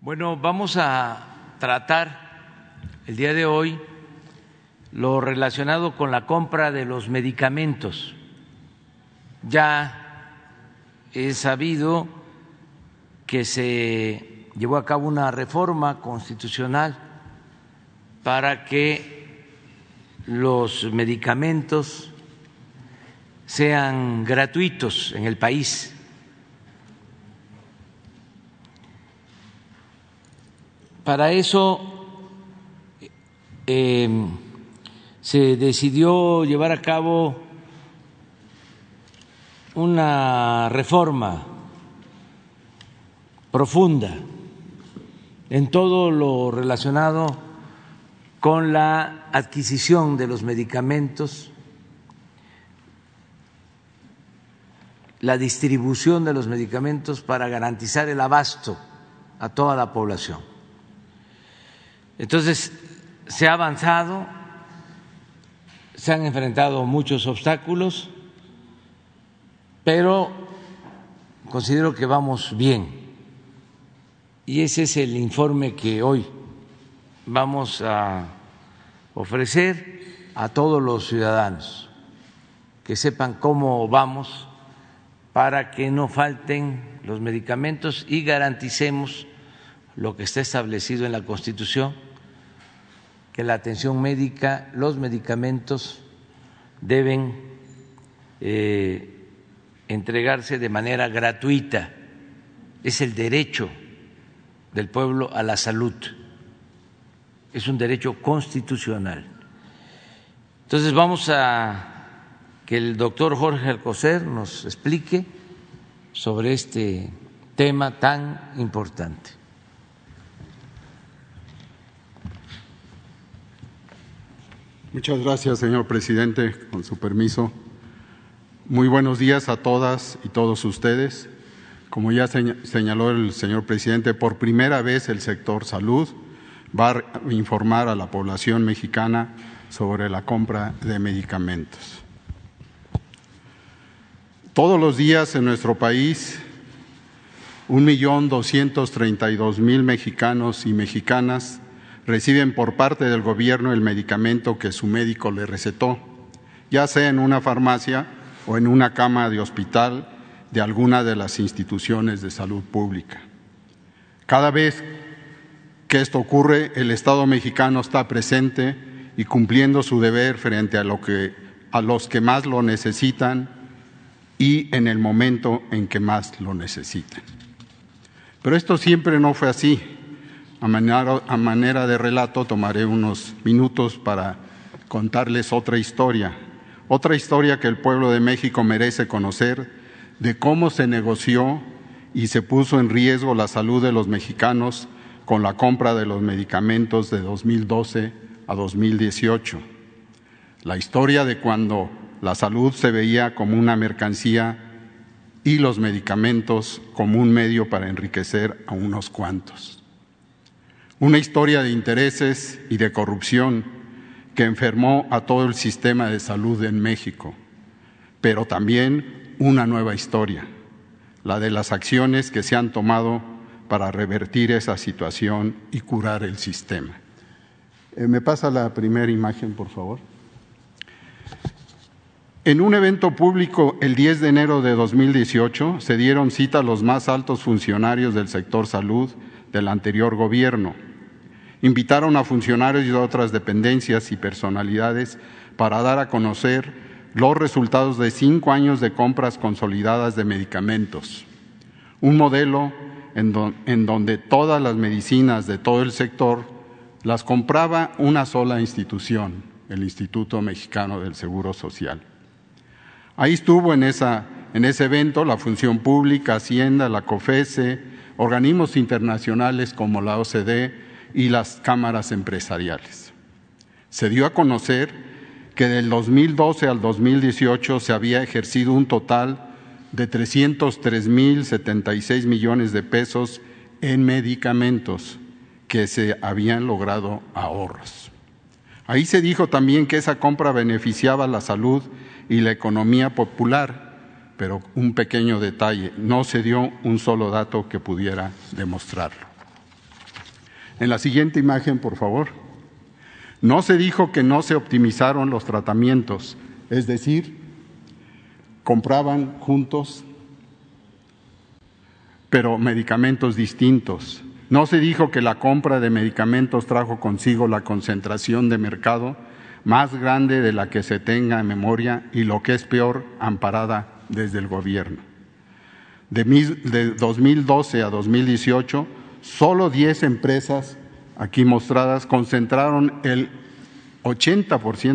Bueno, vamos a tratar el día de hoy lo relacionado con la compra de los medicamentos. Ya es sabido que se llevó a cabo una reforma constitucional para que los medicamentos sean gratuitos en el país. Para eso se decidió llevar a cabo una reforma profunda en todo lo relacionado con la adquisición de los medicamentos, la distribución de los medicamentos para garantizar el abasto a toda la población. Entonces, se ha avanzado, se han enfrentado muchos obstáculos, pero considero que vamos bien. Y ese es el informe que hoy vamos a ofrecer a todos los ciudadanos, que sepan cómo vamos para que no falten los medicamentos y garanticemos lo que está establecido en la Constitución, que la atención médica, los medicamentos deben entregarse de manera gratuita. Es el derecho del pueblo a la salud, es un derecho constitucional. Entonces vamos a que el doctor Jorge Alcocer nos explique sobre este tema tan importante. Muchas gracias, señor presidente. Con su permiso. Muy buenos días a todas y todos ustedes. Como ya señaló el señor presidente, por primera vez el sector salud va a informar a la población mexicana sobre la compra de medicamentos. Todos los días en nuestro país, 1.232.000 mexicanos y mexicanas reciben por parte del gobierno el medicamento que su médico le recetó, ya sea en una farmacia o en una cama de hospital de alguna de las instituciones de salud pública. Cada vez que esto ocurre, el Estado mexicano está presente y cumpliendo su deber frente a los que más lo necesitan y en el momento en que más lo necesitan. Pero esto siempre no fue así. A manera de relato, tomaré unos minutos para contarles otra historia que el pueblo de México merece conocer, de cómo se negoció y se puso en riesgo la salud de los mexicanos con la compra de los medicamentos de 2012 a 2018. La historia de cuando la salud se veía como una mercancía y los medicamentos como un medio para enriquecer a unos cuantos. Una historia de intereses y de corrupción que enfermó a todo el sistema de salud en México, pero también una nueva historia, la de las acciones que se han tomado para revertir esa situación y curar el sistema. ¿Me pasa la primera imagen, por favor? En un evento público el 10 de enero de 2018 se dieron cita a los más altos funcionarios del sector salud del anterior gobierno. Invitaron a funcionarios de otras dependencias y personalidades para dar a conocer los resultados de 5 años de compras consolidadas de medicamentos, un modelo en donde todas las medicinas de todo el sector las compraba una sola institución, el Instituto Mexicano del Seguro Social. Ahí estuvo en ese evento la Función Pública, Hacienda, la COFESE, organismos internacionales como la OCDE y las cámaras empresariales. Se dio a conocer que del 2012 al 2018 se había ejercido un total de 303.076 millones de pesos en medicamentos, que se habían logrado ahorros. Ahí se dijo también que esa compra beneficiaba la salud y la economía popular, pero un pequeño detalle, no se dio un solo dato que pudiera demostrarlo. En la siguiente imagen, por favor. No se dijo que no se optimizaron los tratamientos, es decir, compraban juntos, pero medicamentos distintos. No se dijo que la compra de medicamentos trajo consigo la concentración de mercado más grande de la que se tenga en memoria y, lo que es peor, amparada desde el gobierno. De 2012 a 2018, solo 10 empresas aquí mostradas concentraron el 80%,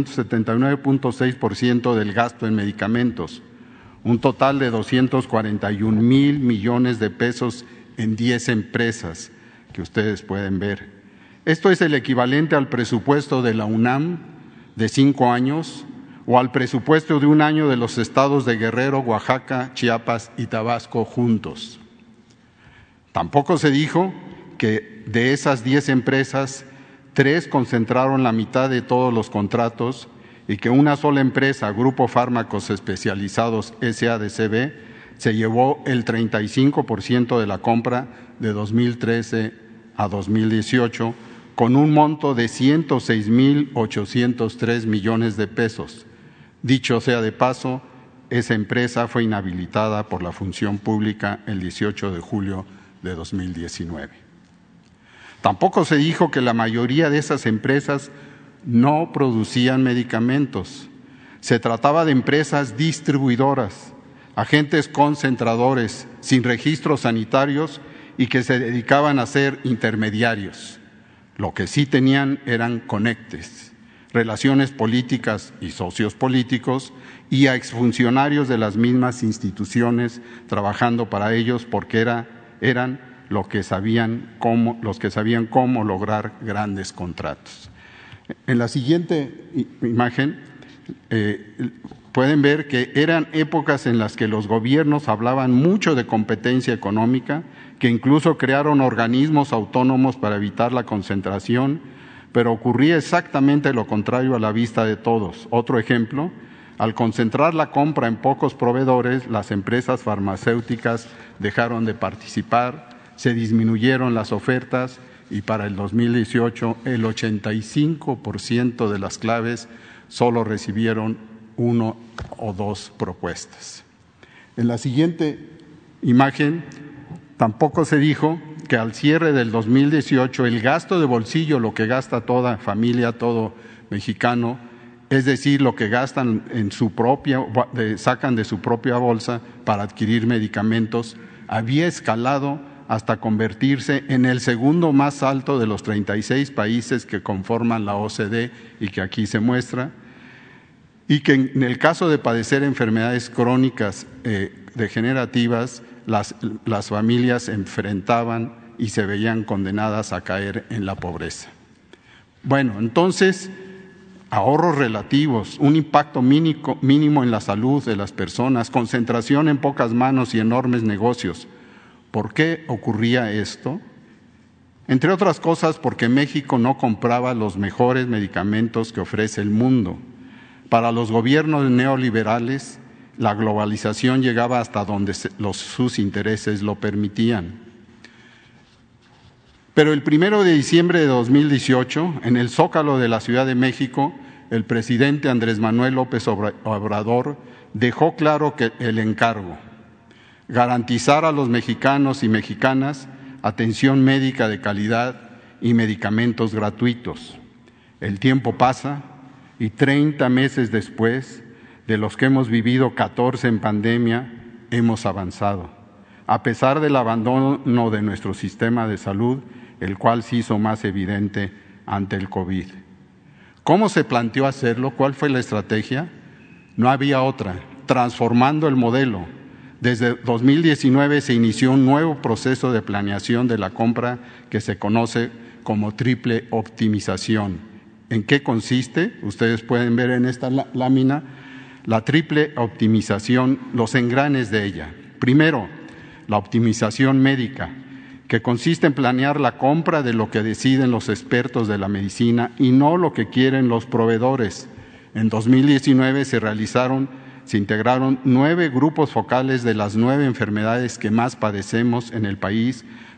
79.6% del gasto en medicamentos, un total de 241,000 millones de pesos en 10 empresas que ustedes pueden ver. Esto es el equivalente al presupuesto de la UNAM de 5 años o al presupuesto de un año de los estados de Guerrero, Oaxaca, Chiapas y Tabasco juntos. Tampoco se dijo que de esas 10 empresas, 3 concentraron la mitad de todos los contratos y que una sola empresa, Grupo Fármacos Especializados SADCB, se llevó el 35% de la compra de 2013 a 2018, con un monto de 106,803 millones de pesos. Dicho sea de paso, esa empresa fue inhabilitada por la Función Pública el 18 de julio de 2019. Tampoco se dijo que la mayoría de esas empresas no producían medicamentos. Se trataba de empresas distribuidoras, agentes concentradores, sin registros sanitarios y que se dedicaban a ser intermediarios. Lo que sí tenían eran conectes, relaciones políticas y socios políticos, y a exfuncionarios de las mismas instituciones trabajando para ellos, porque eran los que sabían cómo lograr grandes contratos. En la siguiente imagen pueden ver que eran épocas en las que los gobiernos hablaban mucho de competencia económica, que incluso crearon organismos autónomos para evitar la concentración, pero ocurría exactamente lo contrario a la vista de todos. Otro ejemplo, al concentrar la compra en pocos proveedores, las empresas farmacéuticas dejaron de participar, se disminuyeron las ofertas y para el 2018 el 85% de las claves solo recibieron 1 o 2 propuestas. En la siguiente imagen tampoco se dijo que al cierre del 2018 el gasto de bolsillo, lo que gasta toda familia, todo mexicano, es decir, lo que gastan sacan de su propia bolsa para adquirir medicamentos, había escalado hasta convertirse en el segundo más alto de los 36 países que conforman la OCDE y que aquí se muestra, y que en el caso de padecer enfermedades crónicas degenerativas, las familias se enfrentaban y se veían condenadas a caer en la pobreza. Bueno, entonces, ahorros relativos, un impacto mínimo en la salud de las personas, concentración en pocas manos y enormes negocios. ¿Por qué ocurría esto? Entre otras cosas, porque México no compraba los mejores medicamentos que ofrece el mundo. Para los gobiernos neoliberales, la globalización llegaba hasta donde sus intereses lo permitían. Pero el 1 de diciembre de 2018, en el Zócalo de la Ciudad de México, el presidente Andrés Manuel López Obrador dejó claro que el encargo: garantizar a los mexicanos y mexicanas atención médica de calidad y medicamentos gratuitos. El tiempo pasa y 30 meses después, de los que hemos vivido 14 en pandemia, hemos avanzado, a pesar del abandono de nuestro sistema de salud, el cual se hizo más evidente ante el COVID. ¿Cómo se planteó hacerlo? ¿Cuál fue la estrategia? No había otra: transformando el modelo. Desde 2019 se inició un nuevo proceso de planeación de la compra que se conoce como triple optimización. ¿En qué consiste? Ustedes pueden ver en esta lámina la triple optimización, los engranes de ella. Primero, la optimización médica, que consiste en planear la compra de lo que deciden los expertos de la medicina y no lo que quieren los proveedores. En 2019 se integraron 9 grupos focales de las 9 enfermedades que más padecemos en el país,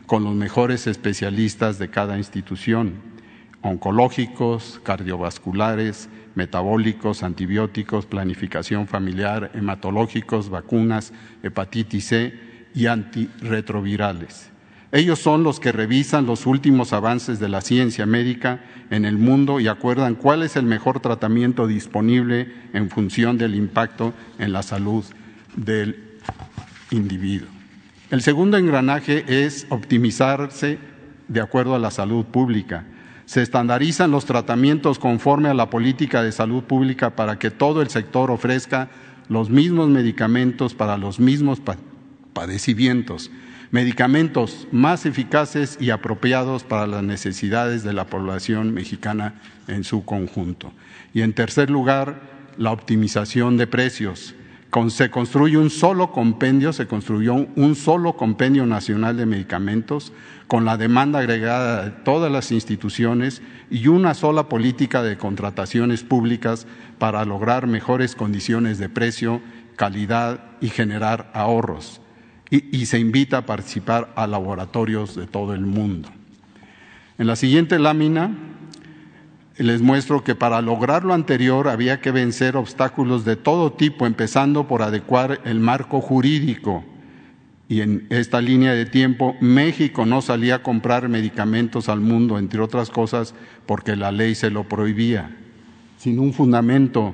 con los mejores especialistas de cada institución, oncológicos, cardiovasculares, metabólicos, antibióticos, planificación familiar, hematológicos, vacunas, hepatitis C y antirretrovirales. Ellos son los que revisan los últimos avances de la ciencia médica en el mundo y acuerdan cuál es el mejor tratamiento disponible en función del impacto en la salud del individuo. El segundo engranaje es optimizarse de acuerdo a la salud pública. Se estandarizan los tratamientos conforme a la política de salud pública para que todo el sector ofrezca los mismos medicamentos para los mismos padecimientos, medicamentos más eficaces y apropiados para las necesidades de la población mexicana en su conjunto. Y en tercer lugar, la optimización de precios. Se construyó un solo compendio nacional de medicamentos con la demanda agregada de todas las instituciones y una sola política de contrataciones públicas para lograr mejores condiciones de precio, calidad y generar ahorros. Y se invita a participar a laboratorios de todo el mundo. En la siguiente lámina les muestro que para lograr lo anterior había que vencer obstáculos de todo tipo, empezando por adecuar el marco jurídico. Y en esta línea de tiempo, México no salía a comprar medicamentos al mundo, entre otras cosas, porque la ley se lo prohibía. Sin un fundamento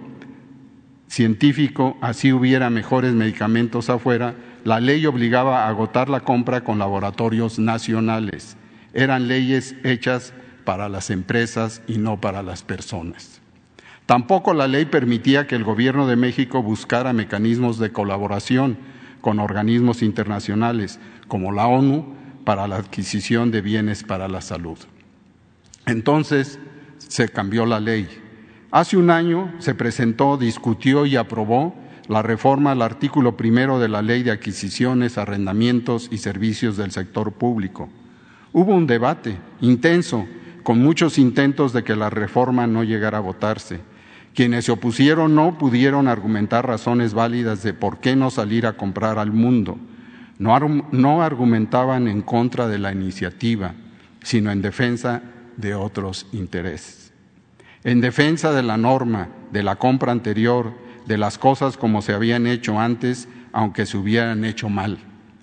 científico, así hubiera mejores medicamentos afuera, la ley obligaba a agotar la compra con laboratorios nacionales. Eran leyes hechas para las empresas y no para las personas. Tampoco la ley permitía que el Gobierno de México buscara mecanismos de colaboración con organismos internacionales como la ONU para la adquisición de bienes para la salud. Entonces se cambió la ley. Hace un año se presentó, discutió y aprobó la reforma al artículo 1 de la Ley de Adquisiciones, Arrendamientos y Servicios del Sector Público. Hubo un debate intenso, con muchos intentos de que la reforma no llegara a votarse. Quienes se opusieron no pudieron argumentar razones válidas de por qué no salir a comprar al mundo. No argumentaban en contra de la iniciativa, sino en defensa de otros intereses. En defensa de la norma, de la compra anterior, de las cosas como se habían hecho antes, aunque se hubieran hecho mal.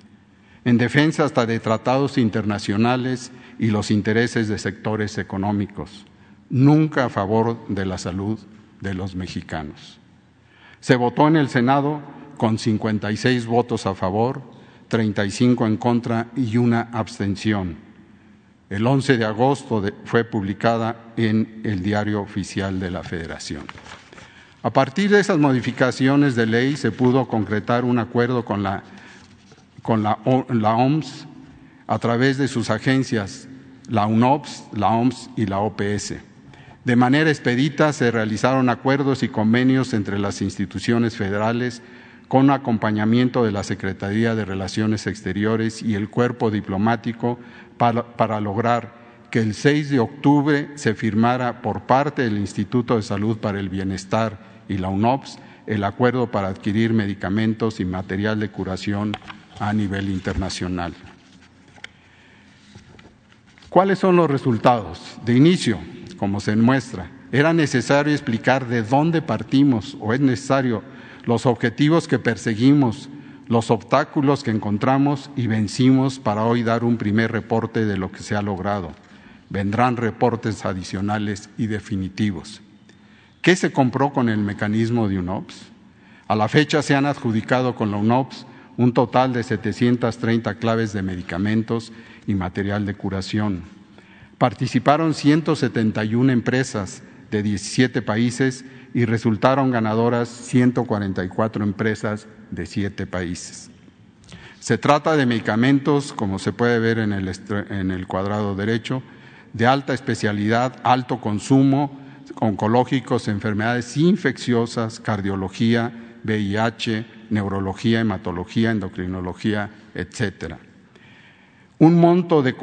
En defensa hasta de tratados internacionales y los intereses de sectores económicos, nunca a favor de la salud de los mexicanos. Se votó en el Senado con 56 votos a favor, 35 en contra y una abstención. El 11 de agosto fue publicada en el Diario Oficial de la Federación. A partir de esas modificaciones de ley se pudo concretar un acuerdo con la OMS a través de sus agencias, la UNOPS, la OMS y la OPS. De manera expedita se realizaron acuerdos y convenios entre las instituciones federales con acompañamiento de la Secretaría de Relaciones Exteriores y el Cuerpo Diplomático para lograr que el 6 de octubre se firmara por parte del Instituto de Salud para el Bienestar y la UNOPS el acuerdo para adquirir medicamentos y material de curación a nivel internacional. ¿Cuáles son los resultados? De inicio, como se muestra, era necesario explicar de dónde partimos, o es necesario, los objetivos que perseguimos, los obstáculos que encontramos y vencimos para hoy dar un primer reporte de lo que se ha logrado. Vendrán reportes adicionales y definitivos. ¿Qué se compró con el mecanismo de UNOPS? A la fecha se han adjudicado con la UNOPS un total de 730 claves de medicamentos y material de curación. Participaron 171 empresas de 17 países y resultaron ganadoras 144 empresas de 7 países. Se trata de medicamentos, como se puede ver en el cuadrado derecho, de alta especialidad, alto consumo, oncológicos, enfermedades infecciosas, cardiología, VIH, neurología, hematología, endocrinología, etcétera. Un monto de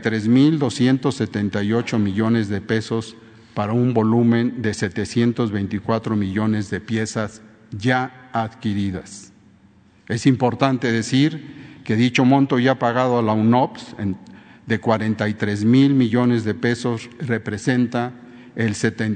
43,278 millones de pesos para un volumen de 724 millones de piezas ya adquiridas. Es importante decir que dicho monto ya pagado a la UNOPS de 43,000 millones de pesos representa el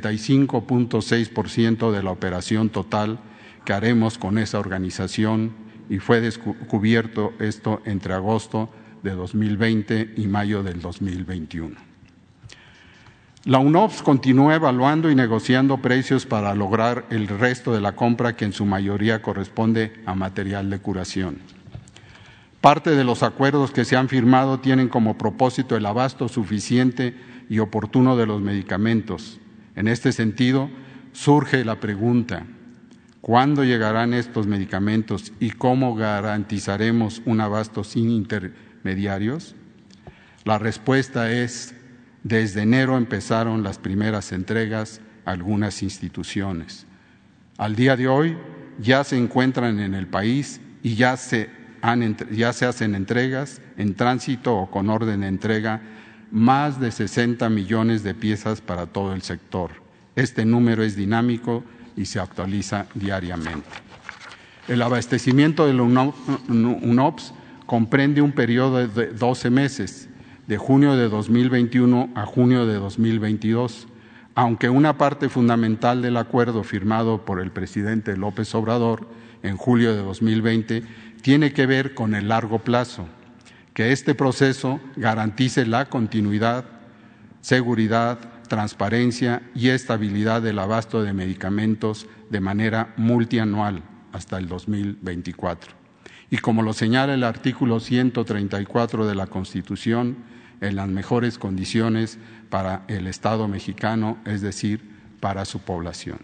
75.6% de la operación total que haremos con esa organización, y fue descubierto esto entre agosto de 2020 y mayo del 2021. La UNOPS continúa evaluando y negociando precios para lograr el resto de la compra, que en su mayoría corresponde a material de curación. Parte de los acuerdos que se han firmado tienen como propósito el abasto suficiente y oportuno de los medicamentos. En este sentido, surge la pregunta: ¿cuándo llegarán estos medicamentos y cómo garantizaremos un abasto sin intermediarios? La respuesta es: desde enero empezaron las primeras entregas a algunas instituciones. Al día de hoy ya se encuentran en el país y ya se hacen entregas en tránsito o con orden de entrega más de 60 millones de piezas para todo el sector. Este número es dinámico y se actualiza diariamente. El abastecimiento de la UNOPS comprende un periodo de 12 meses, de junio de 2021 a junio de 2022, aunque una parte fundamental del acuerdo firmado por el presidente López Obrador en julio de 2020 tiene que ver con el largo plazo, que este proceso garantice la continuidad, seguridad, transparencia y estabilidad del abasto de medicamentos de manera multianual hasta el 2024. Y como lo señala el artículo 134 de la Constitución, en las mejores condiciones para el Estado mexicano, es decir, para su población.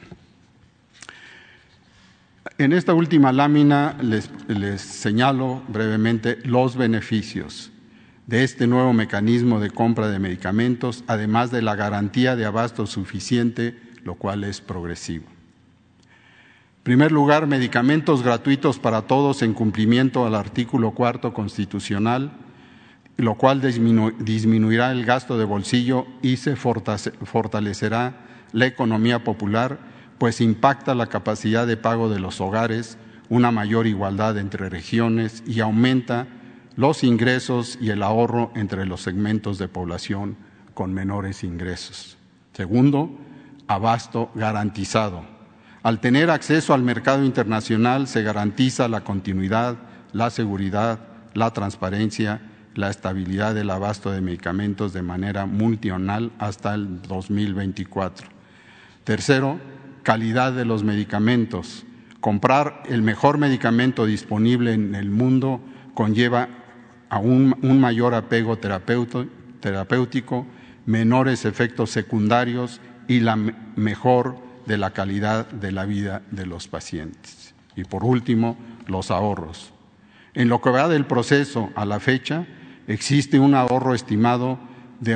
En esta última lámina les señalo brevemente los beneficios de este nuevo mecanismo de compra de medicamentos, además de la garantía de abasto suficiente, lo cual es progresivo. En primer lugar, medicamentos gratuitos para todos en cumplimiento al artículo 4 constitucional, lo cual disminuirá el gasto de bolsillo y se fortalecerá la economía popular, pues impacta la capacidad de pago de los hogares, una mayor igualdad entre regiones y aumenta los ingresos y el ahorro entre los segmentos de población con menores ingresos. Segundo, abasto garantizado. Al tener acceso al mercado internacional se garantiza la continuidad, la seguridad, la transparencia, la estabilidad del abasto de medicamentos de manera multianual hasta el 2024. Tercero, calidad de los medicamentos. Comprar el mejor medicamento disponible en el mundo conlleva a un mayor apego terapéutico, menores efectos secundarios y la mejor de la calidad de la vida de los pacientes. Y por último, los ahorros. En lo que va del proceso a la fecha, existe un ahorro estimado de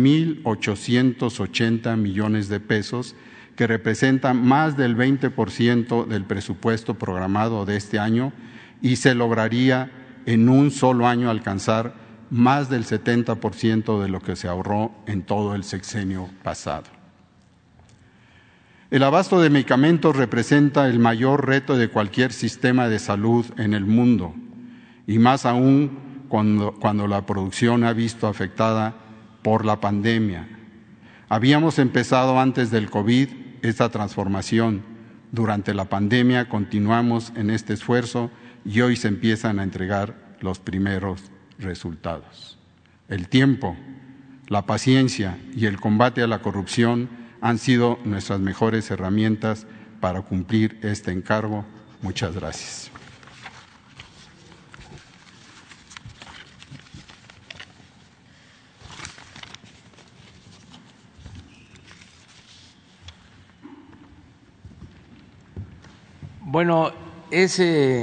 11,880 millones de pesos, que representa más del 20% del presupuesto programado de este año, y se lograría en un solo año alcanzar más del 70% de lo que se ahorró en todo el sexenio pasado. El abasto de medicamentos representa el mayor reto de cualquier sistema de salud en el mundo, y más aún cuando la producción ha visto afectada por la pandemia. Habíamos empezado antes del COVID esta transformación. Durante la pandemia continuamos en este esfuerzo y hoy se empiezan a entregar los primeros resultados. El tiempo, la paciencia y el combate a la corrupción han sido nuestras mejores herramientas para cumplir este encargo. Muchas gracias. Bueno, es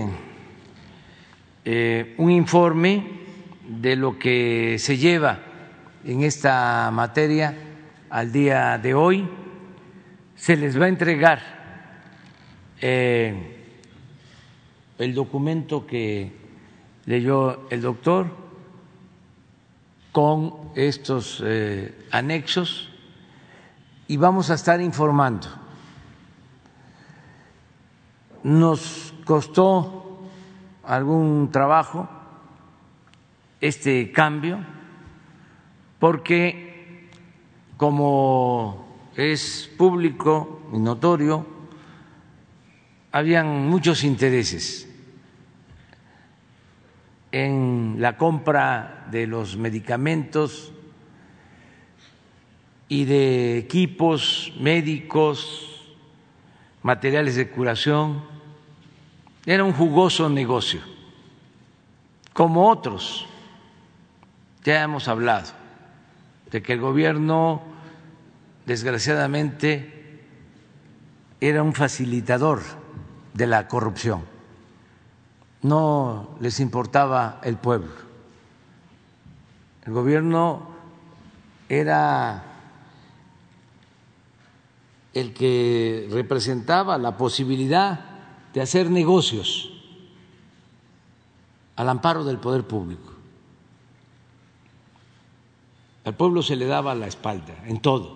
un informe de lo que se lleva en esta materia al día de hoy. Se les va a entregar el documento que leyó el doctor con estos anexos y vamos a estar informando. Nos costó algún trabajo este cambio, porque como es público y notorio, habían muchos intereses en la compra de los medicamentos y de equipos médicos, materiales de curación. Era un jugoso negocio, como otros. Ya hemos hablado de que el gobierno, desgraciadamente, era un facilitador de la corrupción. No les importaba el pueblo. El gobierno era el que representaba la posibilidad de hacer negocios al amparo del poder público. Al pueblo se le daba la espalda en todo.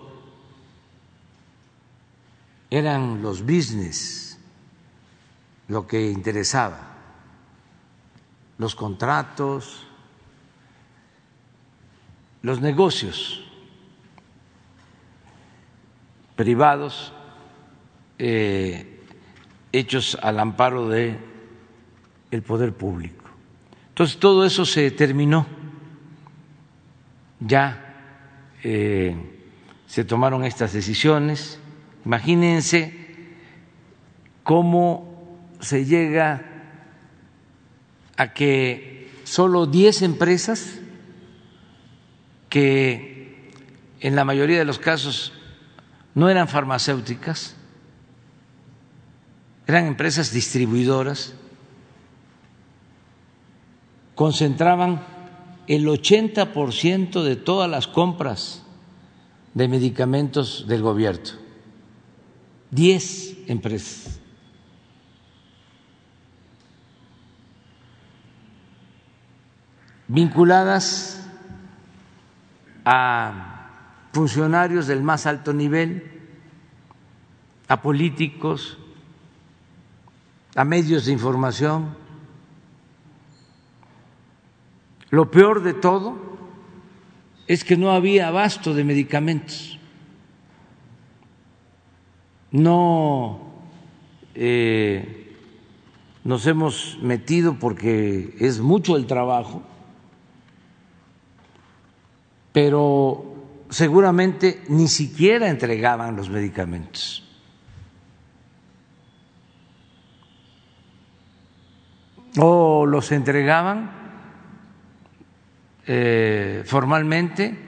Eran los business lo que interesaba, los contratos, los negocios privados hechos al amparo del poder público. Entonces todo eso se terminó. Ya se tomaron estas decisiones. Imagínense cómo se llega a que solo 10 empresas, que en la mayoría de los casos no eran farmacéuticas, eran empresas distribuidoras, concentraban el 80% de todas las compras de medicamentos del gobierno. 10 empresas. Vinculadas a funcionarios del más alto nivel, a políticos, a medios de información. Lo peor de todo es que no había abasto de medicamentos. No nos hemos metido porque es mucho el trabajo, pero seguramente ni siquiera entregaban los medicamentos. O los entregaban formalmente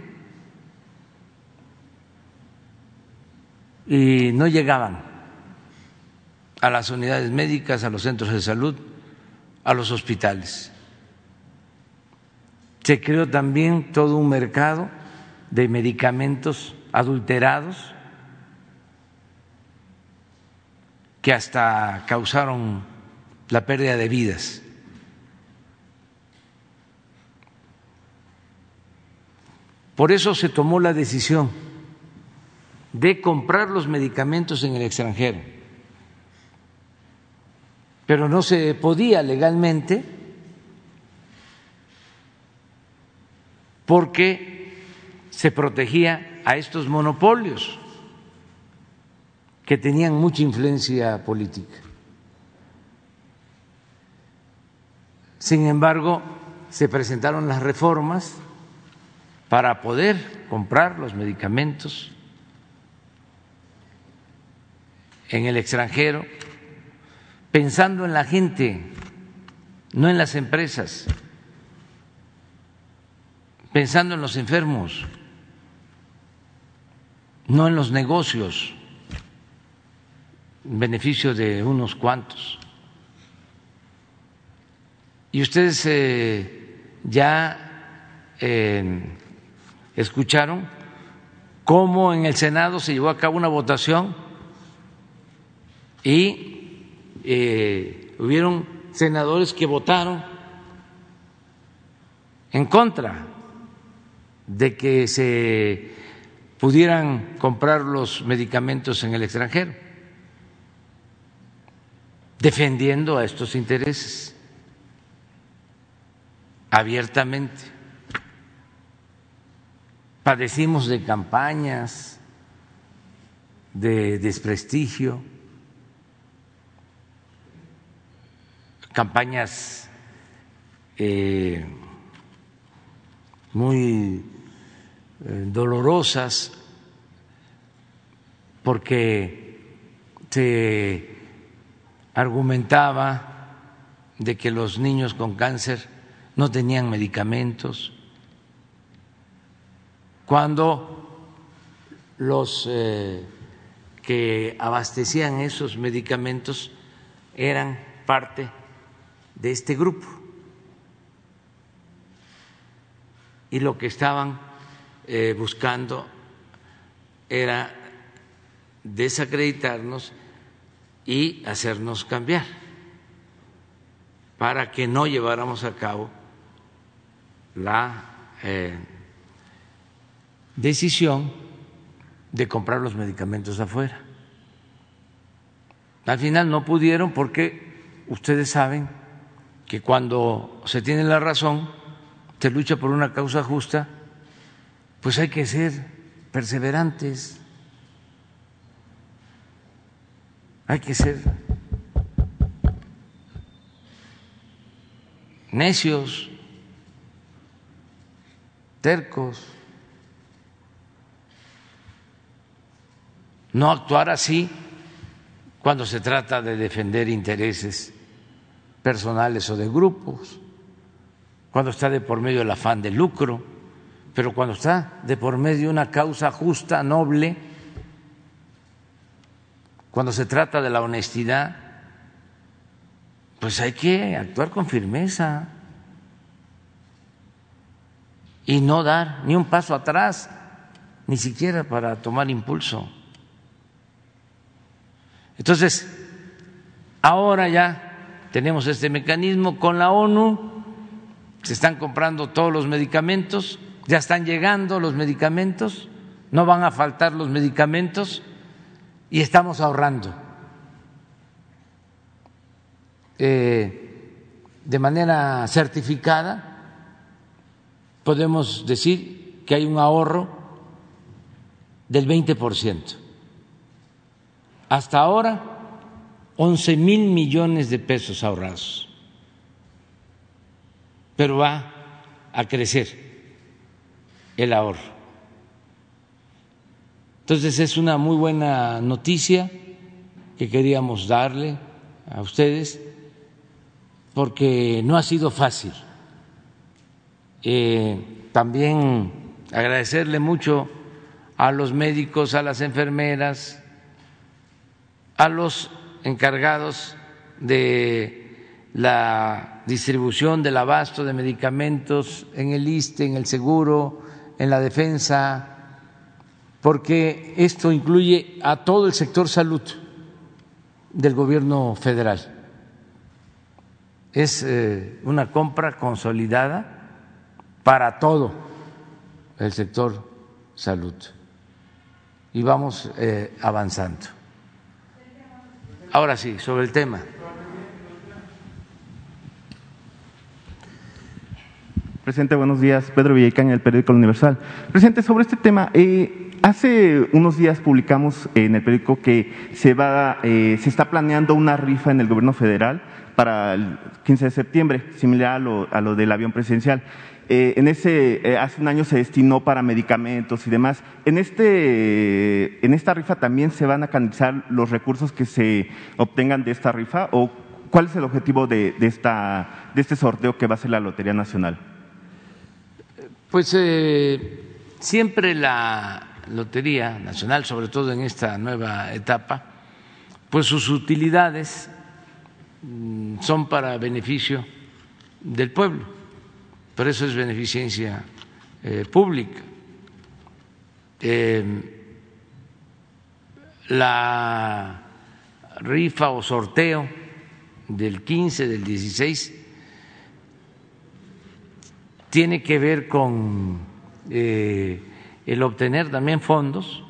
y no llegaban a las unidades médicas, a los centros de salud, a los hospitales. Se creó también todo un mercado de medicamentos adulterados que hasta causaron la pérdida de vidas. Por eso se tomó la decisión de comprar los medicamentos en el extranjero, pero no se podía legalmente porque se protegía a estos monopolios que tenían mucha influencia política. Sin embargo, se presentaron las reformas para poder comprar los medicamentos en el extranjero, pensando en la gente, no en las empresas, pensando en los enfermos, no en los negocios, en beneficio de unos cuantos. Y ustedes ya escucharon cómo en el Senado se llevó a cabo una votación y hubieron senadores que votaron en contra de que se pudieran comprar los medicamentos en el extranjero, defendiendo a estos intereses. abiertamente. Padecimos de campañas de desprestigio, campañas muy dolorosas, porque se argumentaba de que los niños con cáncer no tenían medicamentos, cuando los que abastecían esos medicamentos eran parte de este grupo y lo que estaban buscando era desacreditarnos y hacernos cambiar para que no lleváramos a cabo la decisión de comprar los medicamentos afuera. Al final no pudieron porque ustedes saben que cuando se tiene la razón, se lucha por una causa justa, pues hay que ser perseverantes, hay que ser necios, tercos, no actuar así cuando se trata de defender intereses personales o de grupos, cuando está de por medio el afán de lucro, pero cuando está de por medio una causa justa, noble, cuando se trata de la honestidad, pues hay que actuar con firmeza y no dar ni un paso atrás, ni siquiera para tomar impulso. Entonces, ahora ya tenemos este mecanismo con la ONU, se están comprando todos los medicamentos, ya están llegando los medicamentos, no van a faltar los medicamentos y estamos ahorrando de manera certificada. Podemos decir que hay un ahorro del 20%. Hasta ahora, 11,000 millones de pesos ahorrados, pero va a crecer el ahorro. Entonces es una muy buena noticia que queríamos darle a ustedes, porque no ha sido fácil. También agradecerle mucho a los médicos, a las enfermeras, a los encargados de la distribución del abasto de medicamentos en el ISSSTE, en el seguro, en la defensa, porque esto incluye a todo el sector salud del gobierno federal. Es una compra consolidada para todo el sector salud y vamos avanzando. Ahora sí, sobre el tema. Presidente, buenos días. Pedro Villaycán, en el periódico El Universal. Presidente, sobre este tema, hace unos días publicamos en el periódico que se está planeando una rifa en el gobierno federal para el 15 de septiembre, similar a lo del avión presidencial. Hace un año se destinó para medicamentos y demás. En esta rifa también se van a canalizar los recursos que se obtengan de esta rifa, o ¿cuál es el objetivo de este sorteo que va a ser la Lotería Nacional? Pues siempre la Lotería Nacional, sobre todo en esta nueva etapa, pues sus utilidades son para beneficio del pueblo. Por eso es beneficencia pública. La rifa o sorteo del 15, del 16, tiene que ver con el obtener también fondos,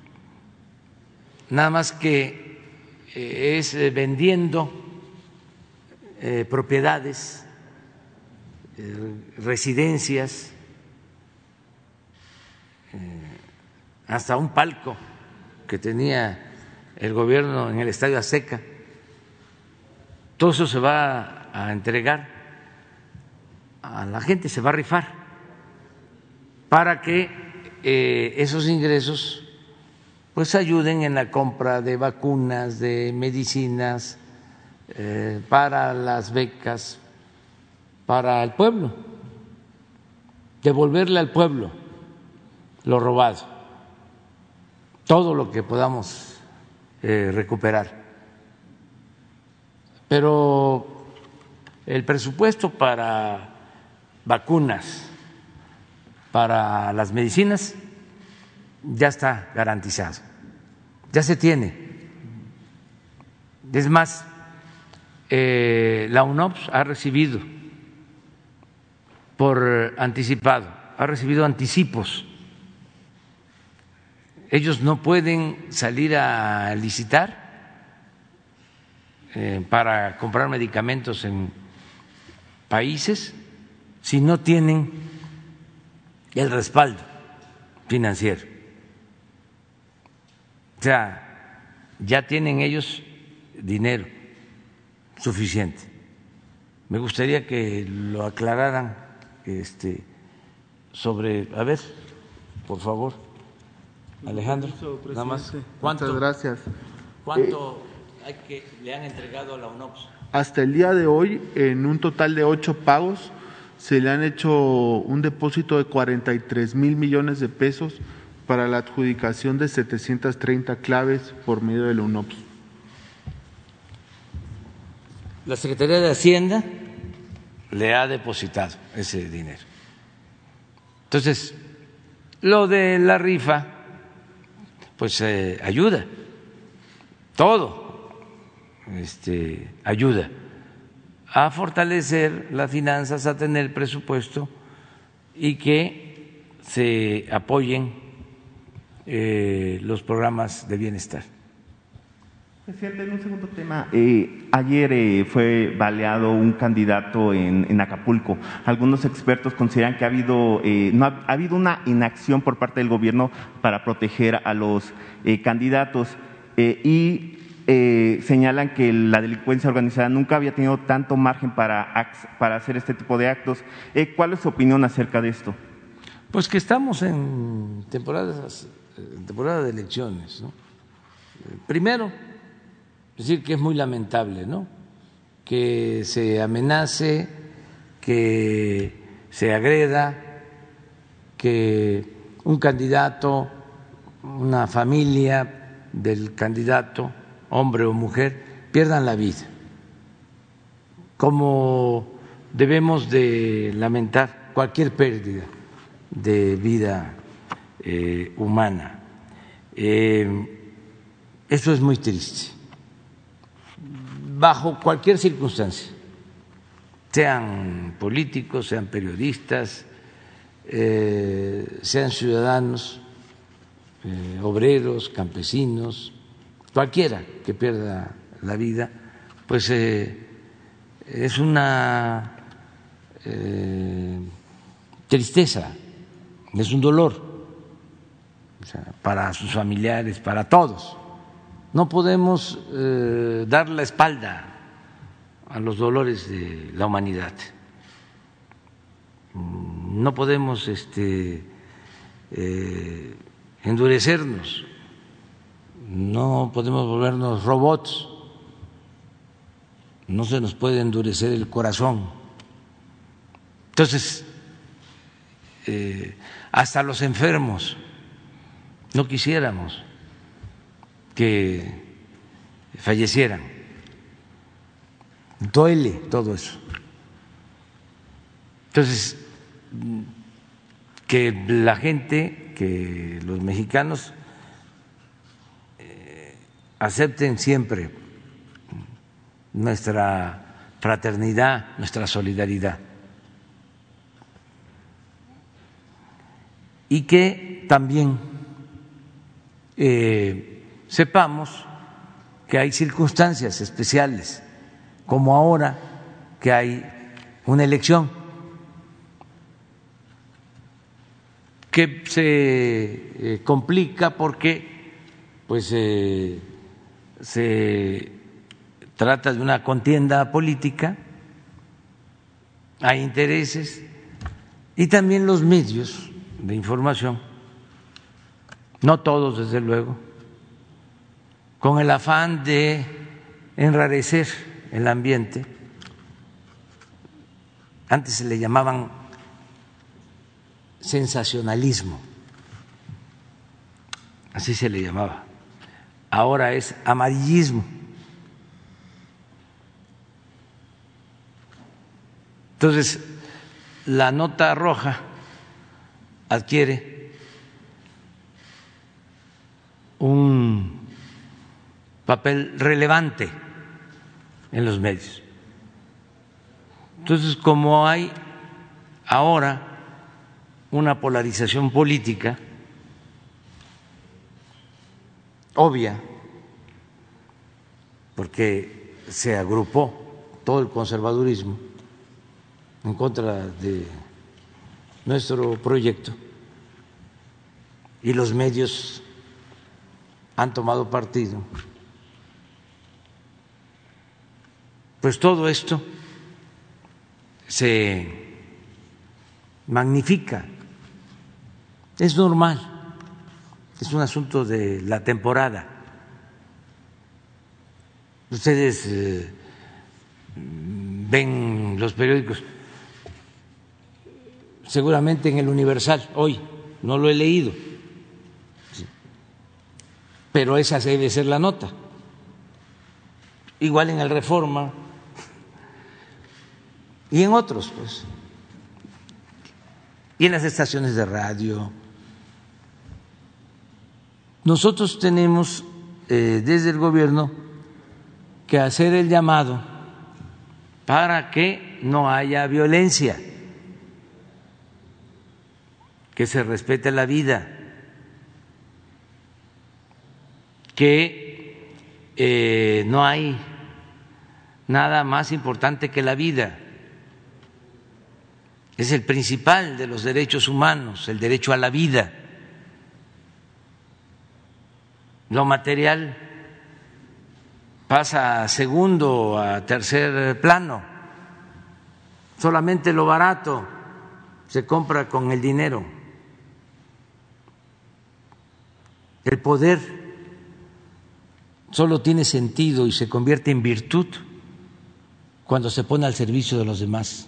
nada más que es vendiendo propiedades residencias, hasta un palco que tenía el gobierno en el Estadio Azteca. Todo eso se va a entregar a la gente, se va a rifar para que esos ingresos pues ayuden en la compra de vacunas, de medicinas, para las becas, para el pueblo, devolverle al pueblo lo robado, todo lo que podamos recuperar. Pero el presupuesto para vacunas, para las medicinas, ya está garantizado, ya se tiene. Es más, la UNOPS ha recibido por anticipado, ha recibido anticipos. Ellos no pueden salir a licitar para comprar medicamentos en países si no tienen el respaldo financiero. O sea, ya tienen ellos dinero suficiente. Me gustaría que lo aclararan sobre, a ver, por favor, Alejandro, nada más. Muchas gracias. ¿Cuánto le han entregado a la UNOPS? Hasta el día de hoy, en un total de 8 pagos, se le han hecho un depósito de 43,000 millones de pesos para la adjudicación de 730 claves por medio de la UNOPS. La Secretaría de Hacienda le ha depositado ese dinero. Entonces, lo de la rifa, pues ayuda, todo ayuda a fortalecer las finanzas, a tener presupuesto y que se apoyen los programas de bienestar. Presidente, en un segundo tema, ayer fue baleado un candidato en Acapulco. Algunos expertos consideran que ha habido una inacción por parte del gobierno para proteger a los candidatos y señalan que la delincuencia organizada nunca había tenido tanto margen para hacer este tipo de actos. ¿Cuál es su opinión acerca de esto? Pues que estamos en temporada de elecciones, ¿no? Primero, decir que es muy lamentable, ¿no?, que se amenace, que se agreda, que un candidato, una familia del candidato, hombre o mujer, pierdan la vida. Como debemos de lamentar cualquier pérdida de vida humana. Eso es muy triste. Bajo cualquier circunstancia, sean políticos, sean periodistas, sean ciudadanos, obreros, campesinos, cualquiera que pierda la vida, pues es una tristeza, es un dolor, o sea, para sus familiares, para todos. No podemos dar la espalda a los dolores de la humanidad. No podemos endurecernos. No podemos volvernos robots. No se nos puede endurecer el corazón. Entonces, hasta los enfermos no quisiéramos que fallecieran. Duele todo eso. Entonces, que la gente, que los mexicanos acepten siempre nuestra fraternidad, nuestra solidaridad, y que también sepamos que hay circunstancias especiales, como ahora que hay una elección que se complica porque pues se trata de una contienda política, hay intereses y también los medios de información, no todos desde luego, con el afán de enrarecer el ambiente. Antes se le llamaban sensacionalismo, así se le llamaba, ahora es amarillismo. Entonces, la nota roja adquiere un papel relevante en los medios. Entonces, como hay ahora una polarización política obvia, porque se agrupó todo el conservadurismo en contra de nuestro proyecto y los medios han tomado partido, pues todo esto se magnifica. Es normal, es un asunto de la temporada. Ustedes ven los periódicos, seguramente en el Universal, hoy no lo he leído, pero esa debe ser la nota. Igual en el Reforma y en otros, pues, y en las estaciones de radio. Nosotros tenemos desde el gobierno que hacer el llamado para que no haya violencia, que se respete la vida, que no hay nada más importante que la vida. Es el principal de los derechos humanos, el derecho a la vida. Lo material pasa a segundo, a tercer plano. Solamente lo barato se compra con el dinero. El poder solo tiene sentido y se convierte en virtud cuando se pone al servicio de los demás.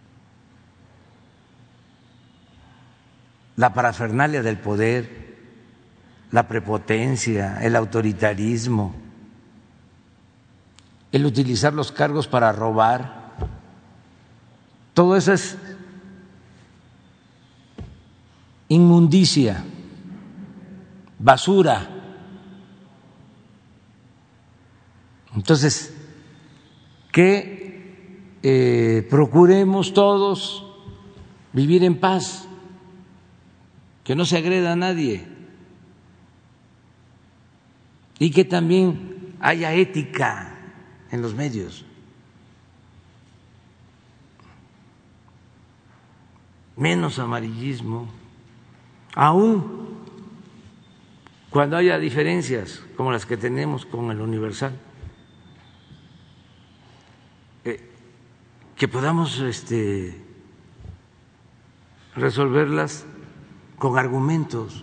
La parafernalia del poder, la prepotencia, el autoritarismo, el utilizar los cargos para robar, todo eso es inmundicia, basura. Entonces, que procuremos todos vivir en paz, que no se agreda a nadie y que también haya ética en los medios. Menos amarillismo, aún cuando haya diferencias como las que tenemos con el Universal, que podamos resolverlas con argumentos,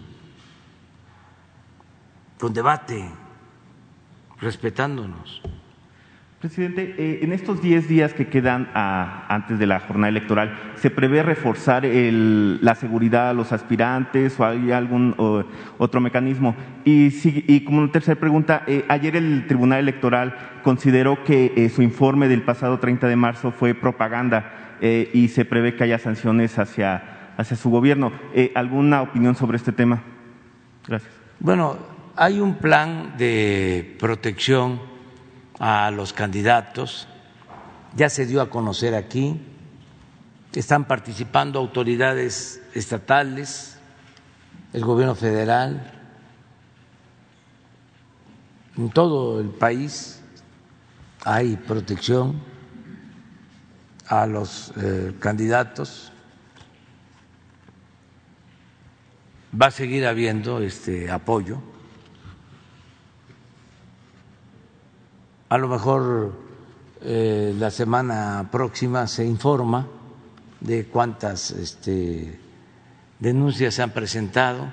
con debate, respetándonos. Presidente, en estos 10 días que quedan antes de la jornada electoral, ¿se prevé reforzar la seguridad a los aspirantes o hay algún otro mecanismo? Y como una tercera pregunta, ayer el Tribunal Electoral consideró que su informe del pasado 30 de marzo fue propaganda y se prevé que haya sanciones hacia su gobierno. ¿Alguna opinión sobre este tema? Gracias. Bueno, hay un plan de protección a los candidatos, ya se dio a conocer aquí, están participando autoridades estatales, el gobierno federal, en todo el país hay protección a los candidatos. va a seguir habiendo apoyo. A lo mejor la semana próxima se informa de cuántas denuncias se han presentado.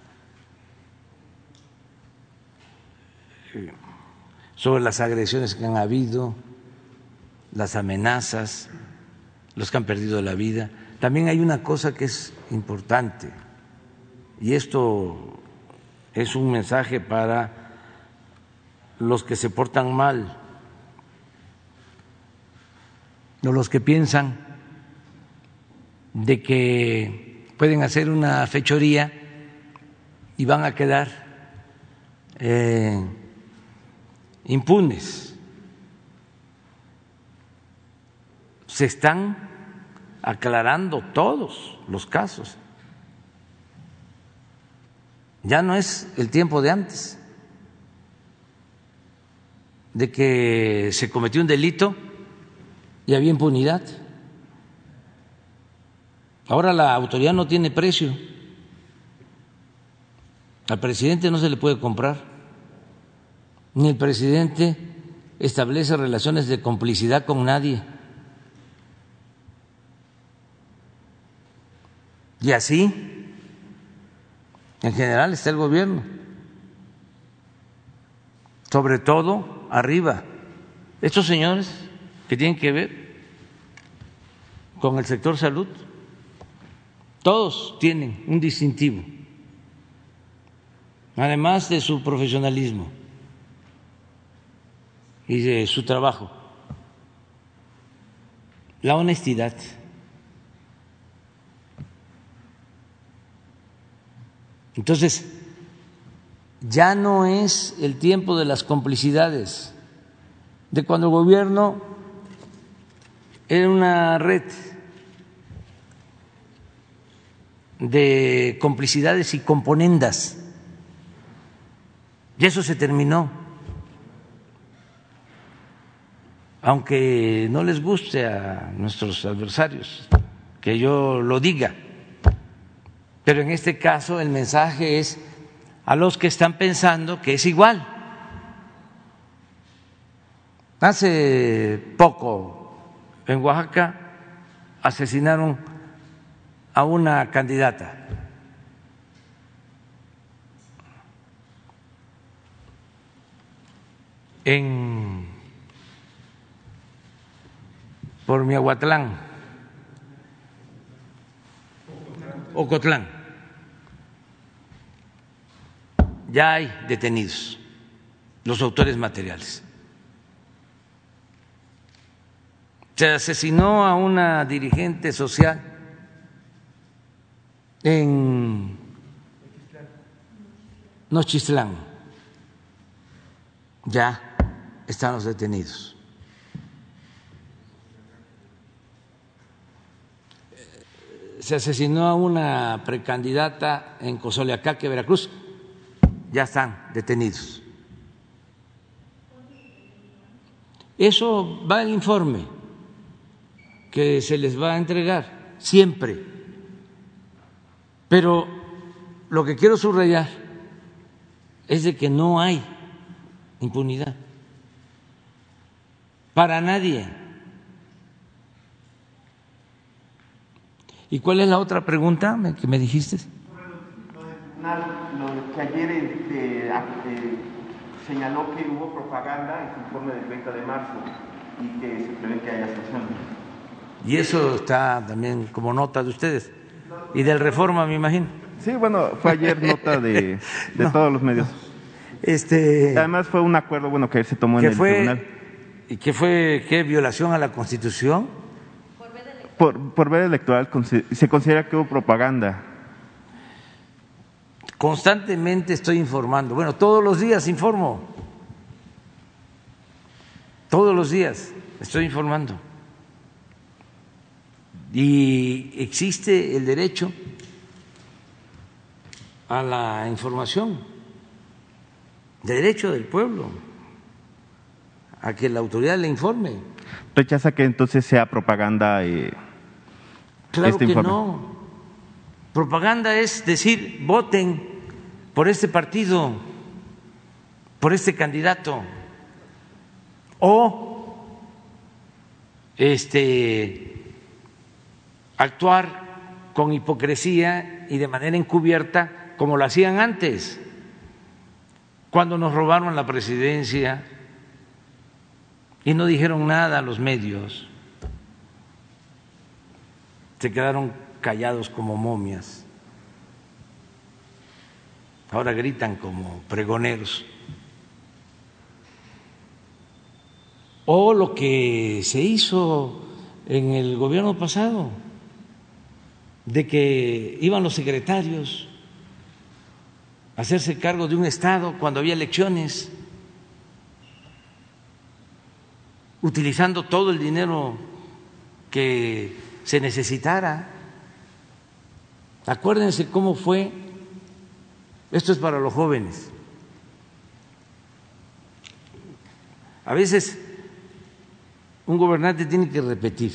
Sobre las agresiones que han habido, las amenazas, los que han perdido la vida. También hay una cosa que es importante, y esto es un mensaje para los que se portan mal o los que piensan de que pueden hacer una fechoría y van a quedar impunes. Se están aclarando todos los casos. Ya no es el tiempo de antes, de que se cometió un delito y había impunidad. Ahora la autoridad no tiene precio. Al presidente no se le puede comprar, ni el presidente establece relaciones de complicidad con nadie. Y así, en general, está el gobierno, sobre todo arriba. Estos señores que tienen que ver con el sector salud, todos tienen un distintivo, además de su profesionalismo y de su trabajo: la honestidad. Entonces, ya no es el tiempo de las complicidades, de cuando el gobierno era una red de complicidades y componendas. Y eso se terminó. Aunque no les guste a nuestros adversarios que yo lo diga, pero en este caso el mensaje es a los que están pensando que es igual. Hace poco en Oaxaca asesinaron a una candidata. Por Miahuatlán, Ocotlán. Ya hay detenidos los autores materiales. Se asesinó a una dirigente social en Nochistlán. Ya están los detenidos. Se asesinó a una precandidata en Cozoleacaque, Veracruz. Ya están detenidos. Eso va el informe que se les va a entregar siempre. Pero lo que quiero subrayar es de que no hay impunidad para nadie. ¿Y cuál es la otra pregunta que me dijiste? Lo que ayer señaló que hubo propaganda en su informe del 30 de marzo y que se prevé que haya sanciones. Y eso está también como nota de ustedes y del Reforma, me imagino. Sí, bueno, fue ayer nota de no, todos los medios. Además fue un acuerdo que se tomó en el tribunal. ¿Y qué fue? ¿Qué violación a la Constitución? Por veda electoral se considera que hubo propaganda. Constantemente estoy informando. Bueno, todos los días informo. Todos los días estoy informando. Y existe el derecho a la información, derecho del pueblo a que la autoridad le informe. ¿Rechaza que entonces sea propaganda? Claro que no, propaganda es decir, voten por este partido, por este candidato, o actuar con hipocresía y de manera encubierta como lo hacían antes, cuando nos robaron la presidencia y no dijeron nada a los medios, se quedaron callados como momias, ahora gritan como pregoneros. O lo que se hizo en el gobierno pasado, de que iban los secretarios a hacerse cargo de un estado cuando había elecciones, utilizando todo el dinero que se necesitara. Acuérdense cómo fue, esto es para los jóvenes. A veces un gobernante tiene que repetir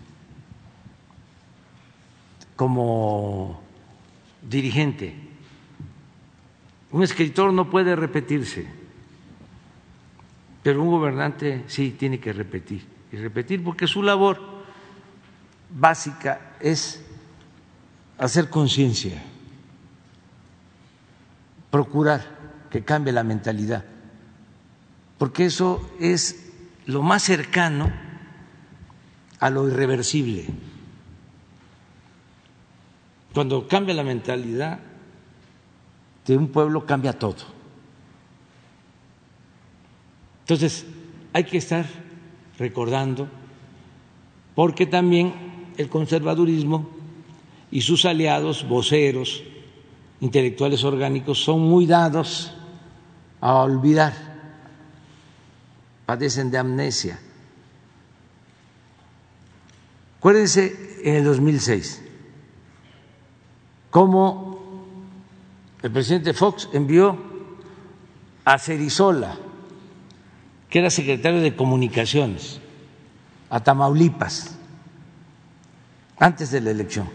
como dirigente. Un escritor no puede repetirse, pero un gobernante sí tiene que repetir, y repetir porque su labor básica es hacer conciencia, procurar que cambie la mentalidad, porque eso es lo más cercano a lo irreversible. Cuando cambia la mentalidad de un pueblo, cambia todo. Entonces, hay que estar recordando, porque también el conservadurismo y sus aliados, voceros, intelectuales orgánicos, son muy dados a olvidar, padecen de amnesia. Acuérdense en el 2006 cómo el presidente Fox envió a Cerizola, que era secretario de Comunicaciones, a Tamaulipas, antes de la elección.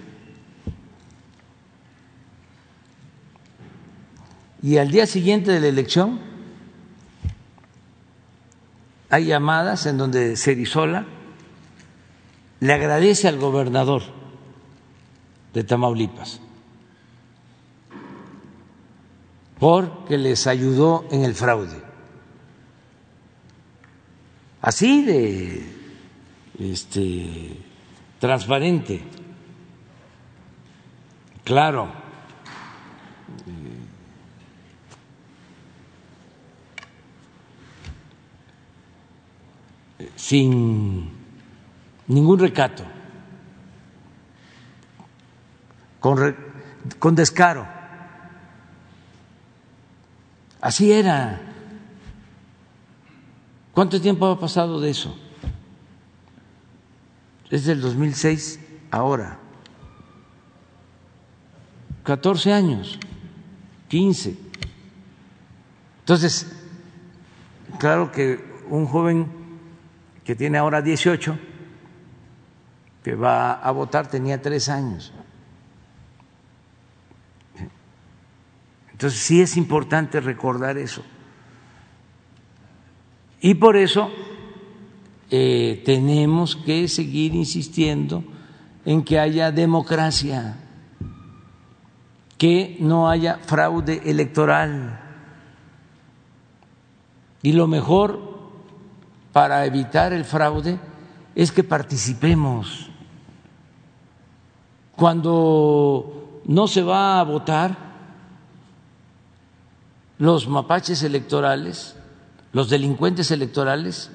Y al día siguiente de la elección hay llamadas en donde Cerizola le agradece al gobernador de Tamaulipas porque les ayudó en el fraude. Así de transparente, claro. Sin ningún recato, con descaro. Así era. ¿Cuánto tiempo ha pasado de eso? Es del 2006 ahora. 14 años, 15. Entonces, claro que un joven que tiene ahora 18, que va a votar, tenía 3 años. Entonces sí es importante recordar eso. Y por eso tenemos que seguir insistiendo en que haya democracia, que no haya fraude electoral. Y lo mejor para evitar el fraude es que participemos. Cuando no se va a votar, los mapaches electorales, los delincuentes electorales,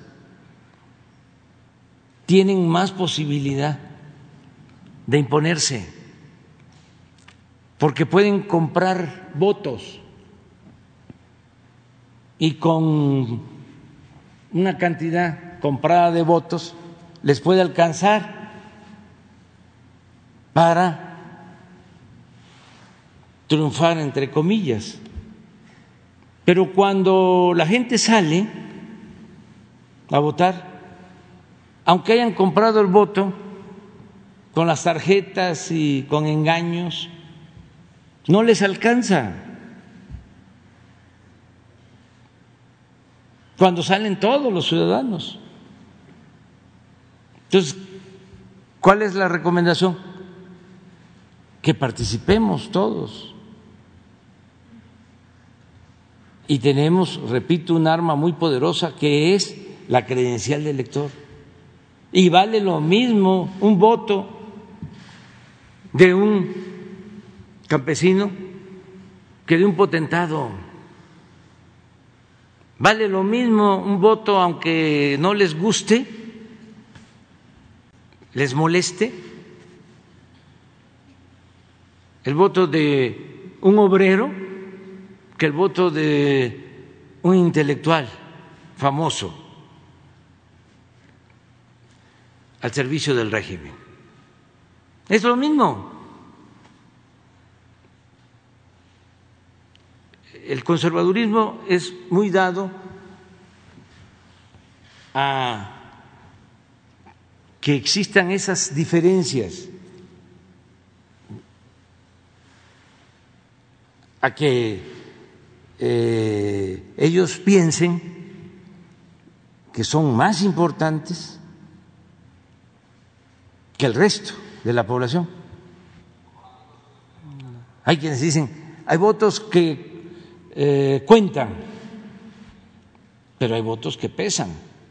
tienen más posibilidad de imponerse, porque pueden comprar votos y con una cantidad comprada de votos les puede alcanzar para triunfar, entre comillas. Pero cuando la gente sale a votar, aunque hayan comprado el voto con las tarjetas y con engaños, no les alcanza. Cuando salen todos los ciudadanos. Entonces, ¿cuál es la recomendación? Que participemos todos. Y tenemos, repito, un arma muy poderosa que es la credencial de elector. Y vale lo mismo un voto de un campesino que de un potentado. Vale lo mismo un voto, aunque no les guste, les moleste, el voto de un obrero que el voto de un intelectual famoso al servicio del régimen. Es lo mismo. El conservadurismo es muy dado a que existan esas diferencias, a que ellos piensen que son más importantes que el resto de la población. Hay quienes dicen, hay votos que cuentan, pero hay votos que pesan.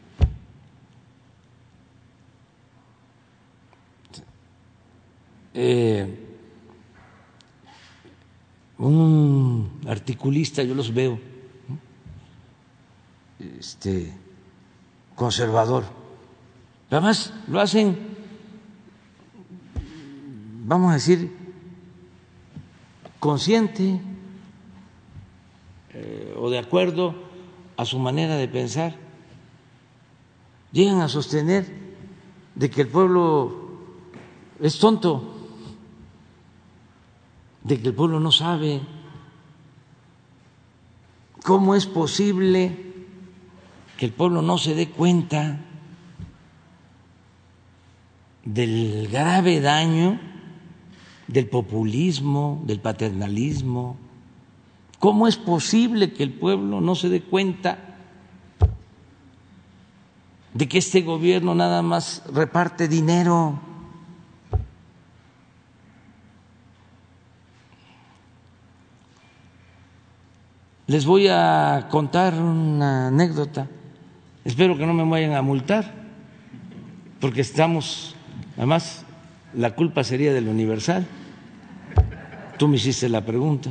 Un articulista, yo los veo, conservador, además lo hacen, vamos a decir, consciente o de acuerdo a su manera de pensar. Llegan a sostener de que el pueblo es tonto, de que el pueblo no sabe. ¿Cómo es posible que el pueblo no se dé cuenta del grave daño del populismo, del paternalismo? ¿Cómo es posible que el pueblo no se dé cuenta de que este gobierno nada más reparte dinero? Les voy a contar una anécdota, espero que no me vayan a multar, porque estamos, además la culpa sería del Universal, tú me hiciste la pregunta.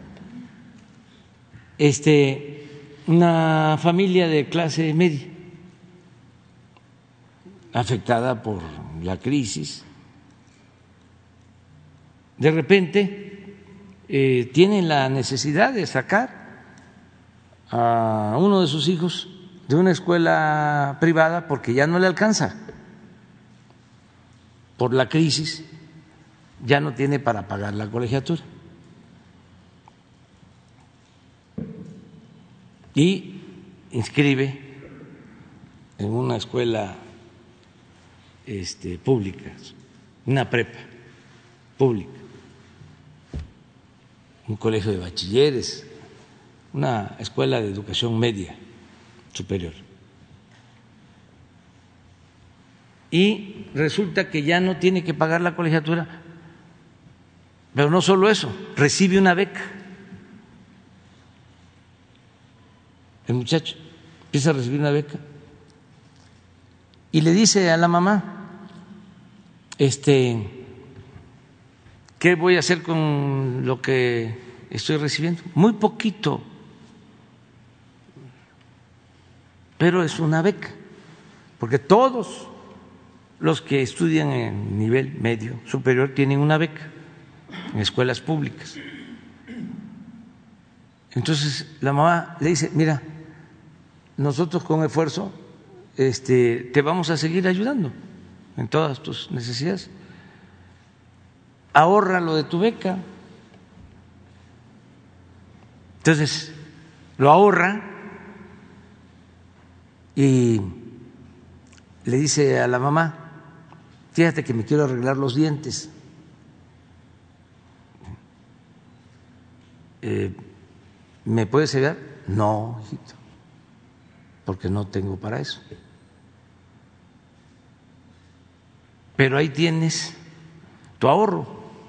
Una familia de clase media, afectada por la crisis, de repente tienen la necesidad de sacar a uno de sus hijos de una escuela privada porque ya no le alcanza. Por la crisis ya no tiene para pagar la colegiatura. Y inscribe en una escuela pública, una prepa pública, un colegio de bachilleres, una escuela de educación media superior. Y resulta que ya no tiene que pagar la colegiatura, pero no solo eso, recibe una beca. El muchacho empieza a recibir una beca y le dice a la mamá, ¿qué voy a hacer con lo que estoy recibiendo? Muy poquito, pero es una beca, porque todos los que estudian en nivel medio superior tienen una beca en escuelas públicas. Entonces la mamá le dice, mira, nosotros con esfuerzo te vamos a seguir ayudando en todas tus necesidades. Ahorra lo de tu beca. Entonces lo ahorra y le dice a la mamá, fíjate que me quiero arreglar los dientes. ¿me puedes ayudar? No, hijito, porque no tengo para eso. Pero ahí tienes tu ahorro.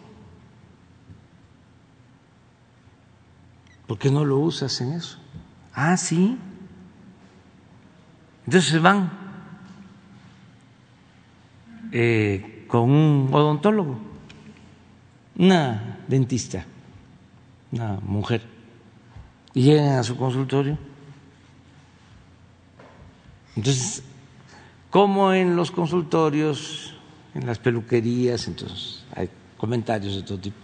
¿Por qué no lo usas en eso? Ah, sí. Entonces van con un odontólogo, una dentista, una mujer, y llegan a su consultorio. Entonces, como en los consultorios, en las peluquerías, entonces hay comentarios de todo tipo.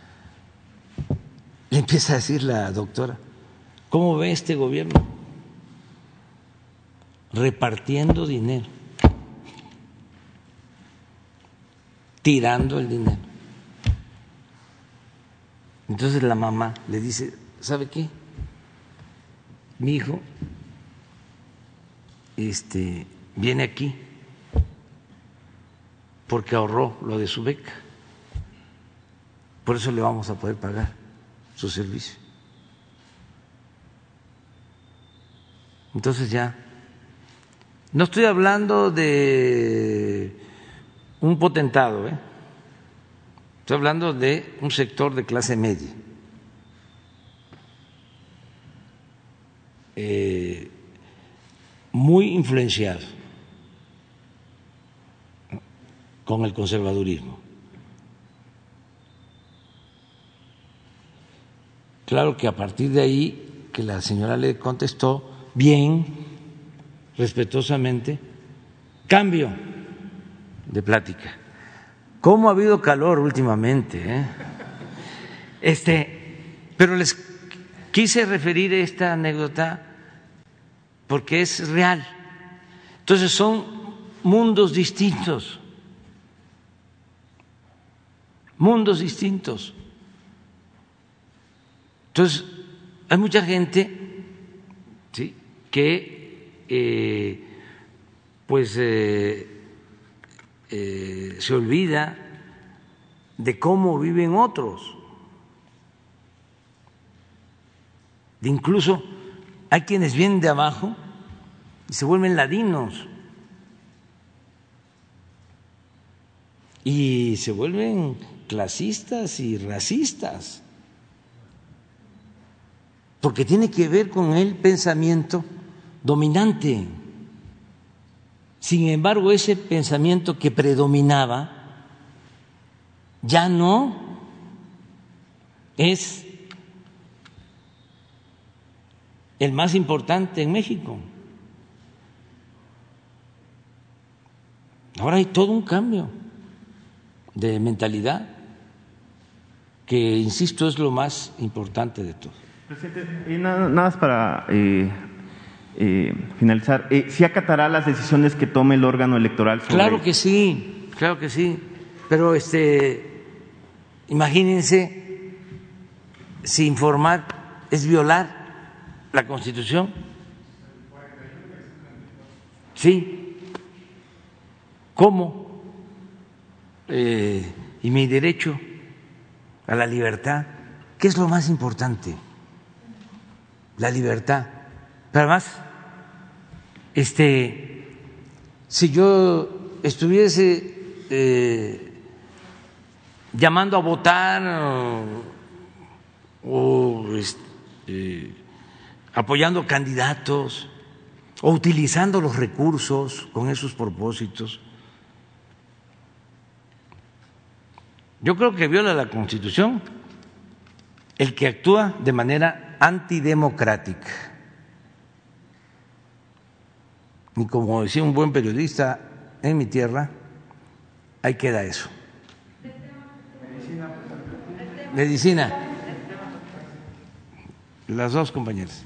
Le empieza a decir la doctora, ¿cómo ve este gobierno? Repartiendo dinero, tirando el dinero. Entonces la mamá le dice, ¿sabe qué? Mi hijo viene aquí porque ahorró lo de su beca, por eso le vamos a poder pagar su servicio. Entonces ya, no estoy hablando de un potentado, estoy hablando de un sector de clase media. Muy influenciado con el conservadurismo. Claro que a partir de ahí, que la señora le contestó bien, respetuosamente, cambio de plática. ¿Cómo ha habido calor últimamente? Pero les quise referir esta anécdota porque es real. Entonces son mundos distintos. Mundos distintos. Entonces, hay mucha gente, ¿sí?, que se olvida de cómo viven otros. Incluso hay quienes vienen de abajo y se vuelven ladinos y se vuelven clasistas y racistas, porque tiene que ver con el pensamiento dominante. Sin embargo, ese pensamiento que predominaba ya no es el más importante en México. Ahora hay todo un cambio de mentalidad que, insisto, es lo más importante de todo. Presidente, nada más para finalizar, ¿sí acatará las decisiones que tome el órgano electoral sobre... Claro que sí, pero imagínense si informar es violar la Constitución. Sí, ¿cómo? Y mi derecho a la libertad, ¿qué es lo más importante? La libertad. Pero además, si yo estuviese llamando a votar o apoyando candidatos o utilizando los recursos con esos propósitos, yo creo que viola la Constitución el que actúa de manera antidemocrática. Y como decía un buen periodista en mi tierra, ahí queda eso. Medicina. Las dos compañeras.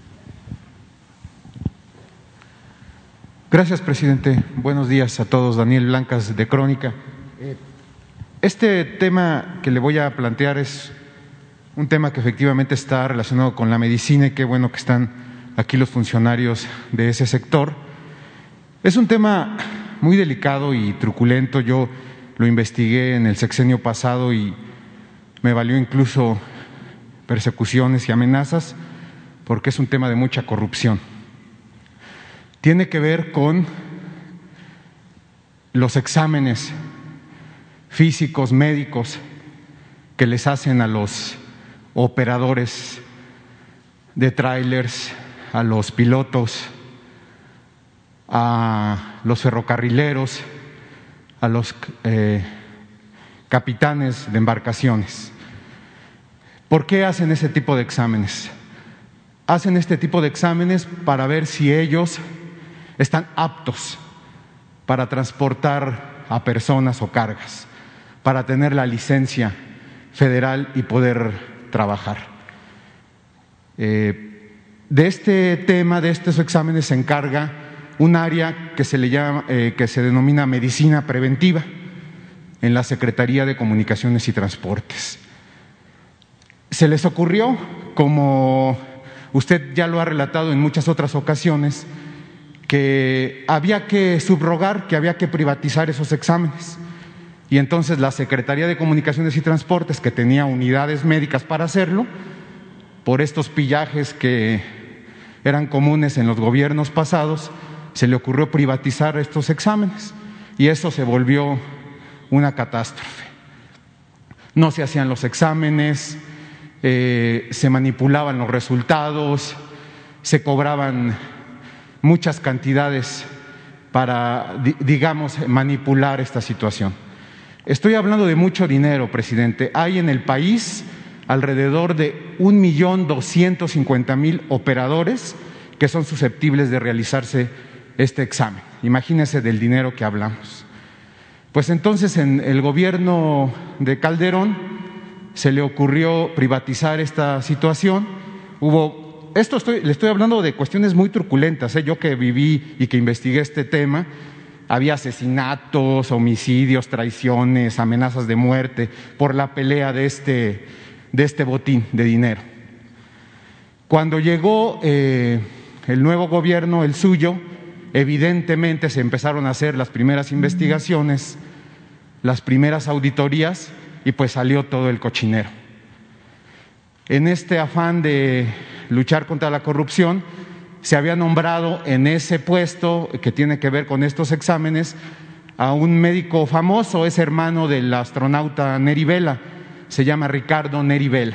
Gracias, presidente. Buenos días a todos. Daniel Blancas, de Crónica. Este tema que le voy a plantear es un tema que efectivamente está relacionado con la medicina y qué bueno que están aquí los funcionarios de ese sector. Es un tema muy delicado y truculento. Yo lo investigué en el sexenio pasado y me valió incluso persecuciones y amenazas, porque es un tema de mucha corrupción. Tiene que ver con los exámenes físicos, médicos que les hacen a los operadores de tráilers, a los pilotos, a los ferrocarrileros, a los capitanes de embarcaciones. ¿Por qué hacen ese tipo de exámenes? Hacen este tipo de exámenes para ver si ellos están aptos para transportar a personas o cargas, para tener la licencia federal y poder trabajar. De este tema, de estos exámenes, se encarga un área que se le llama, que se denomina medicina preventiva en la Secretaría de Comunicaciones y Transportes. Se les ocurrió, como usted ya lo ha relatado en muchas otras ocasiones, que había que subrogar, que había que privatizar esos exámenes. Y entonces la Secretaría de Comunicaciones y Transportes, que tenía unidades médicas para hacerlo, por estos pillajes que eran comunes en los gobiernos pasados, se le ocurrió privatizar estos exámenes y eso se volvió una catástrofe. No se hacían los exámenes, se manipulaban los resultados, se cobraban muchas cantidades para, digamos, manipular esta situación. Estoy hablando de mucho dinero, presidente. Hay en el país alrededor de 1.250.000 operadores que son susceptibles de realizarse este examen. Imagínense del dinero que hablamos. Pues entonces en el gobierno de Calderón se le ocurrió privatizar esta situación. Le estoy hablando de cuestiones muy truculentas, yo que viví y que investigué este tema. Había asesinatos, homicidios, traiciones, amenazas de muerte por la pelea de este botín de dinero. Cuando llegó el nuevo gobierno, el suyo, evidentemente se empezaron a hacer las primeras investigaciones, las primeras auditorías y pues salió todo el cochinero. En este afán de luchar contra la corrupción, se había nombrado en ese puesto que tiene que ver con estos exámenes a un médico famoso, es hermano del astronauta Neri Vela, se llama Ricardo Neri Vela.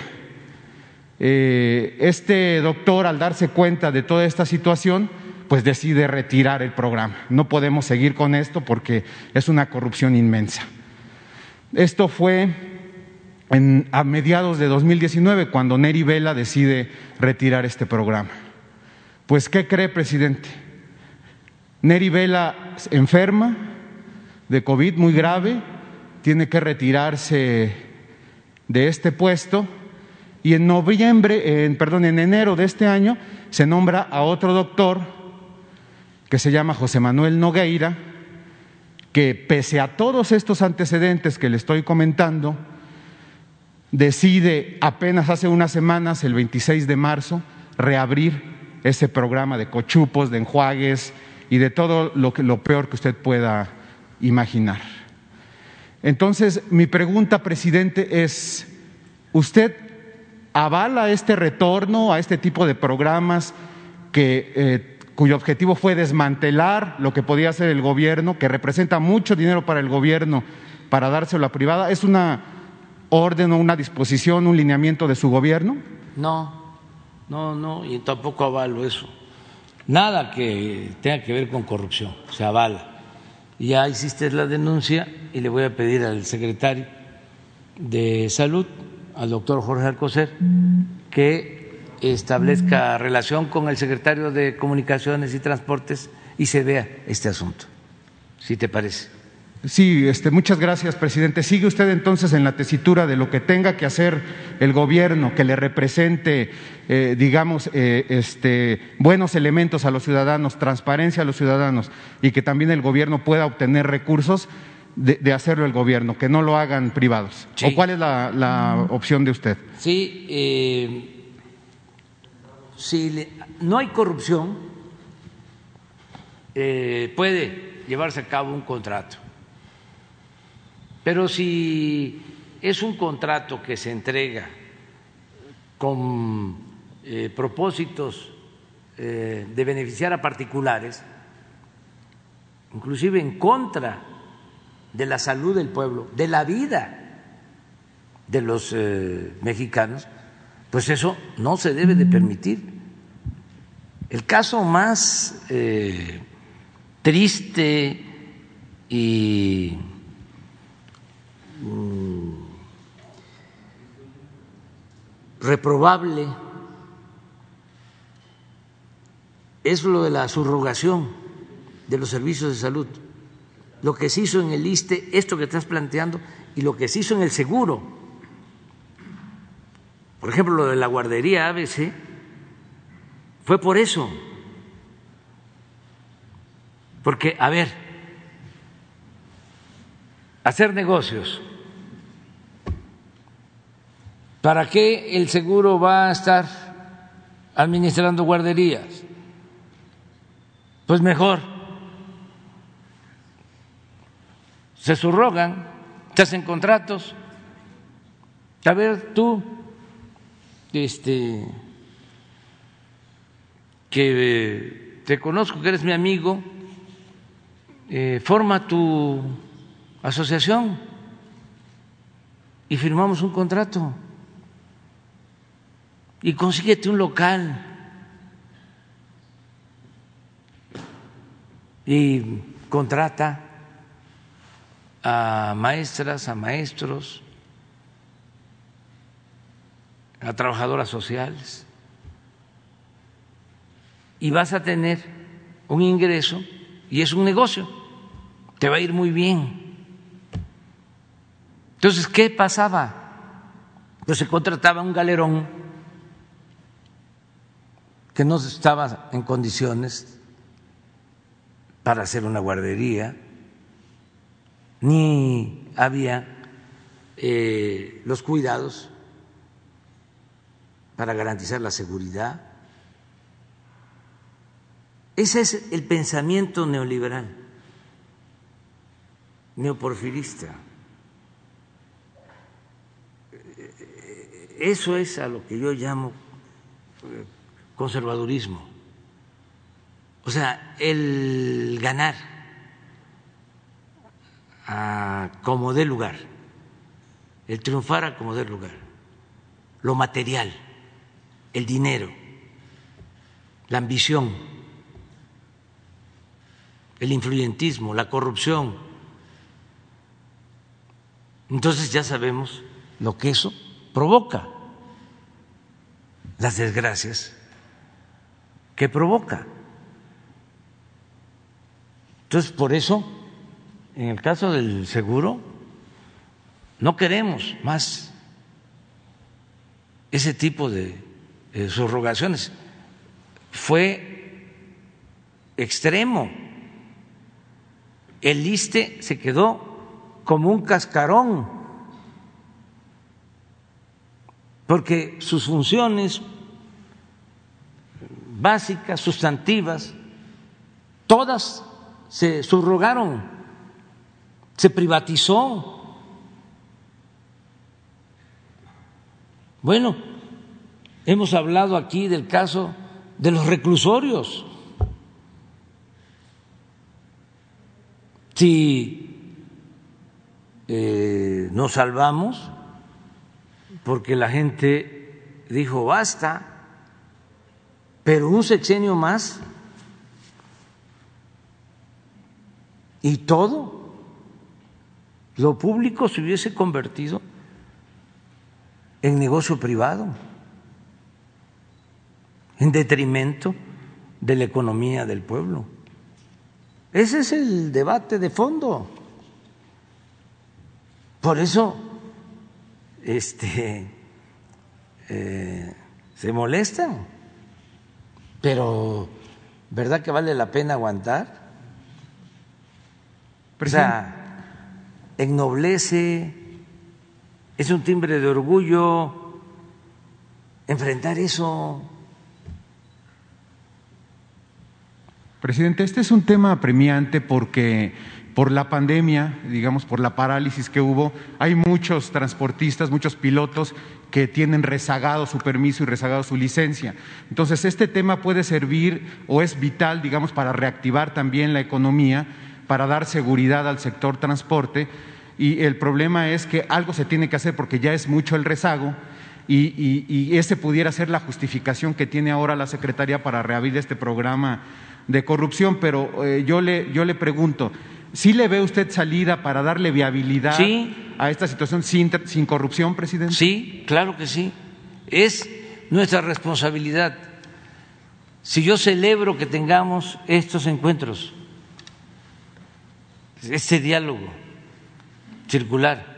Este doctor, al darse cuenta de toda esta situación, pues decide retirar el programa. No podemos seguir con esto porque es una corrupción inmensa. Esto fue a mediados de 2019 cuando Neri Vela decide retirar este programa. Pues, ¿qué cree, presidente? Neri Vela enferma de COVID muy grave, tiene que retirarse de este puesto y en enero de este año se nombra a otro doctor que se llama José Manuel Nogueira, que pese a todos estos antecedentes que le estoy comentando, decide apenas hace unas semanas, el 26 de marzo, reabrir ese programa de cochupos, de enjuagues y de todo lo peor que usted pueda imaginar. Entonces, mi pregunta, presidente, es: ¿usted avala este retorno a este tipo de programas cuyo objetivo fue desmantelar lo que podía hacer el gobierno, que representa mucho dinero para el gobierno, para dárselo a la privada? ¿Es una orden o una disposición, un lineamiento de su gobierno? No, y tampoco avalo eso. Nada que tenga que ver con corrupción se avala. Ya hiciste la denuncia y le voy a pedir al secretario de Salud, al doctor Jorge Alcocer, que establezca relación con el secretario de Comunicaciones y Transportes y se vea este asunto, si te parece. Sí, muchas gracias, presidente. Sigue usted entonces en la tesitura de lo que tenga que hacer el gobierno, que le represente, buenos elementos a los ciudadanos, transparencia a los ciudadanos y que también el gobierno pueda obtener recursos de hacerlo el gobierno, que no lo hagan privados. Sí. ¿O cuál es la opción de usted? Sí, si no hay corrupción, puede llevarse a cabo un contrato. Pero si es un contrato que se entrega con propósitos de beneficiar a particulares, inclusive en contra de la salud del pueblo, de la vida de los mexicanos, pues eso no se debe de permitir. El caso más triste y reprobable es lo de la subrogación de los servicios de salud, lo que se hizo en el ISSSTE, esto que estás planteando, y lo que se hizo en el seguro. Por ejemplo, lo de la guardería ABC fue por eso, porque, a ver, hacer negocios, ¿para qué el seguro va a estar administrando guarderías? Pues mejor se subrogan, se hacen contratos. A ver, tú, que te conozco, que eres mi amigo, forma tu asociación y firmamos un contrato y consíguete un local y contrata a maestras, a maestros, a trabajadoras sociales y vas a tener un ingreso y es un negocio, te va a ir muy bien. Entonces, ¿qué pasaba? Pues se contrataba un galerón que no estaba en condiciones para hacer una guardería, ni había los cuidados para garantizar la seguridad. Ese es el pensamiento neoliberal, neoporfirista. Eso es a lo que yo llamo conservadurismo. O sea, el ganar a como dé lugar, el triunfar a como dé lugar, lo material, el dinero, la ambición, el influyentismo, la corrupción. Entonces ya sabemos lo que eso provoca, las desgracias que provoca. Entonces, por eso, en el caso del seguro, no queremos más ese tipo de subrogaciones. Fue extremo. El ISSSTE se quedó como un cascarón, porque sus funciones básicas, sustantivas, todas se subrogaron, se privatizó. Bueno, hemos hablado aquí del caso de los reclusorios. Si nos salvamos porque la gente dijo basta, pero un sexenio más y todo lo público se hubiese convertido en negocio privado, en detrimento de la economía del pueblo. Ese es el debate de fondo. Por eso se molestan, pero ¿verdad que vale la pena aguantar? O sea, ennoblece, es un timbre de orgullo enfrentar eso. Presidente, este es un tema apremiante porque por la pandemia, digamos, por la parálisis que hubo, hay muchos transportistas, muchos pilotos que tienen rezagado su permiso y rezagado su licencia. Entonces, este tema puede servir o es vital, digamos, para reactivar también la economía, para dar seguridad al sector transporte, y el problema es que algo se tiene que hacer porque ya es mucho el rezago, y ese pudiera ser la justificación que tiene ahora la Secretaría para reabrir este programa de corrupción. Pero yo le pregunto, ¿sí le ve usted salida para darle viabilidad a esta situación sin corrupción, presidente? Sí, claro que sí. Es nuestra responsabilidad. Si yo celebro que tengamos estos encuentros, este diálogo circular,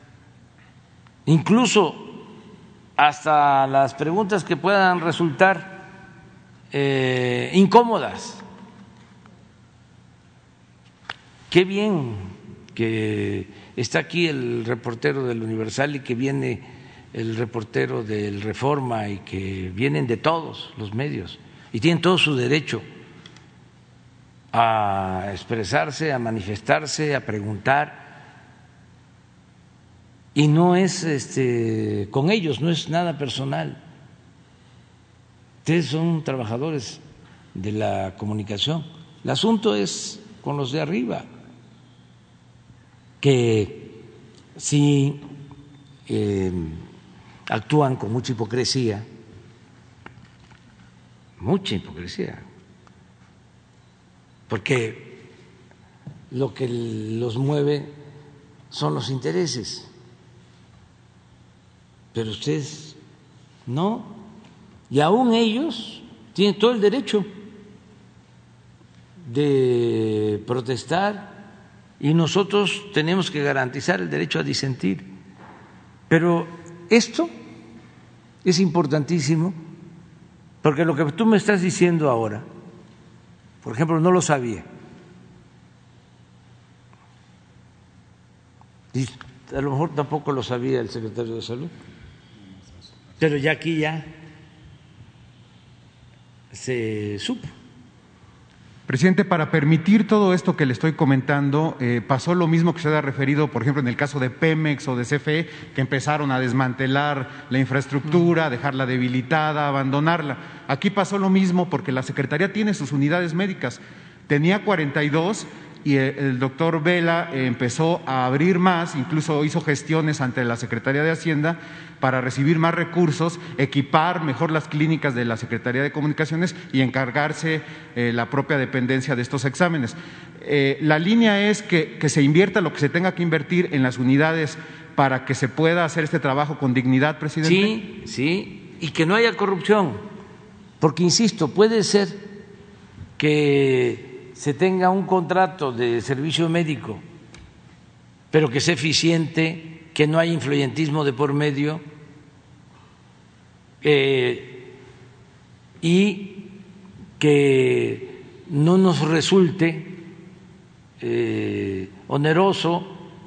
incluso hasta las preguntas que puedan resultar incómodas. Qué bien que está aquí el reportero del Universal y que viene el reportero del Reforma y que vienen de todos los medios y tienen todo su derecho a expresarse, a manifestarse, a preguntar. Y no es con ellos, no es nada personal. Ustedes son trabajadores de la comunicación. El asunto es con los de arriba, que sí actúan con mucha hipocresía, porque lo que los mueve son los intereses, pero ustedes no, y aún ellos tienen todo el derecho de protestar y nosotros tenemos que garantizar el derecho a disentir. Pero esto es importantísimo porque lo que tú me estás diciendo ahora, por ejemplo, no lo sabía. Y a lo mejor tampoco lo sabía el secretario de Salud, pero ya aquí ya se supo. Presidente, para permitir todo esto que le estoy comentando, pasó lo mismo que se ha referido, por ejemplo, en el caso de Pemex o de CFE, que empezaron a desmantelar la infraestructura, dejarla debilitada, abandonarla. Aquí pasó lo mismo porque la Secretaría tiene sus unidades médicas, tenía 42 y el doctor Vela empezó a abrir más, incluso hizo gestiones ante la Secretaría de Hacienda para recibir más recursos, equipar mejor las clínicas de la Secretaría de Comunicaciones y encargarse la propia dependencia de estos exámenes. La línea es que se invierta lo que se tenga que invertir en las unidades para que se pueda hacer este trabajo con dignidad, presidente. Sí, sí, y que no haya corrupción, porque insisto, puede ser que se tenga un contrato de servicio médico, pero que sea eficiente, que no haya influyentismo de por medio y que no nos resulte oneroso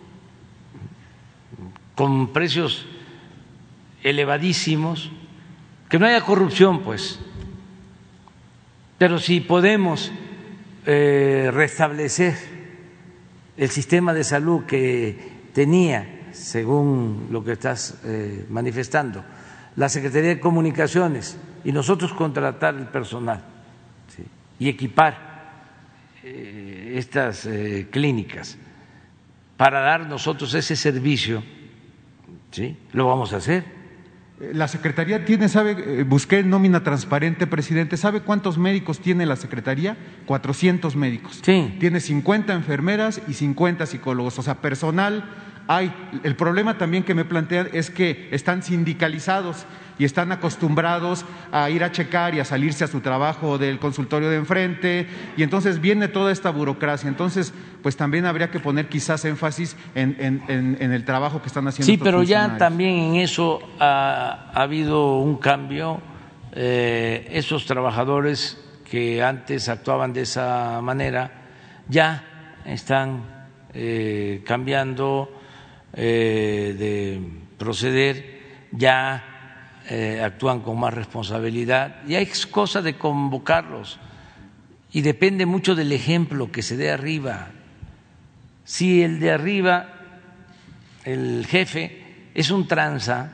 con precios elevadísimos, que no haya corrupción, pues. Pero si podemos restablecer el sistema de salud que tenía, según lo que estás manifestando, la Secretaría de Comunicaciones y nosotros contratar el personal, ¿sí?, y equipar estas clínicas para dar nosotros ese servicio, ¿sí?, lo vamos a hacer. La Secretaría tiene, ¿sabe? Busqué nómina transparente, presidente. ¿Sabe cuántos médicos tiene la Secretaría? 400 médicos. Sí. Tiene 50 enfermeras y 50 psicólogos, o sea, personal hay. El problema también que me plantean es que están sindicalizados y están acostumbrados a ir a checar y a salirse a su trabajo del consultorio de enfrente, y entonces viene toda esta burocracia. Entonces, pues también habría que poner quizás énfasis en el trabajo que están haciendo. Sí, pero ya también en eso ha habido un cambio. Esos trabajadores que antes actuaban de esa manera ya están cambiando de proceder, ya actúan con más responsabilidad, y hay cosa de convocarlos, y depende mucho del ejemplo que se dé arriba. Si el de arriba, el jefe, es un tranza,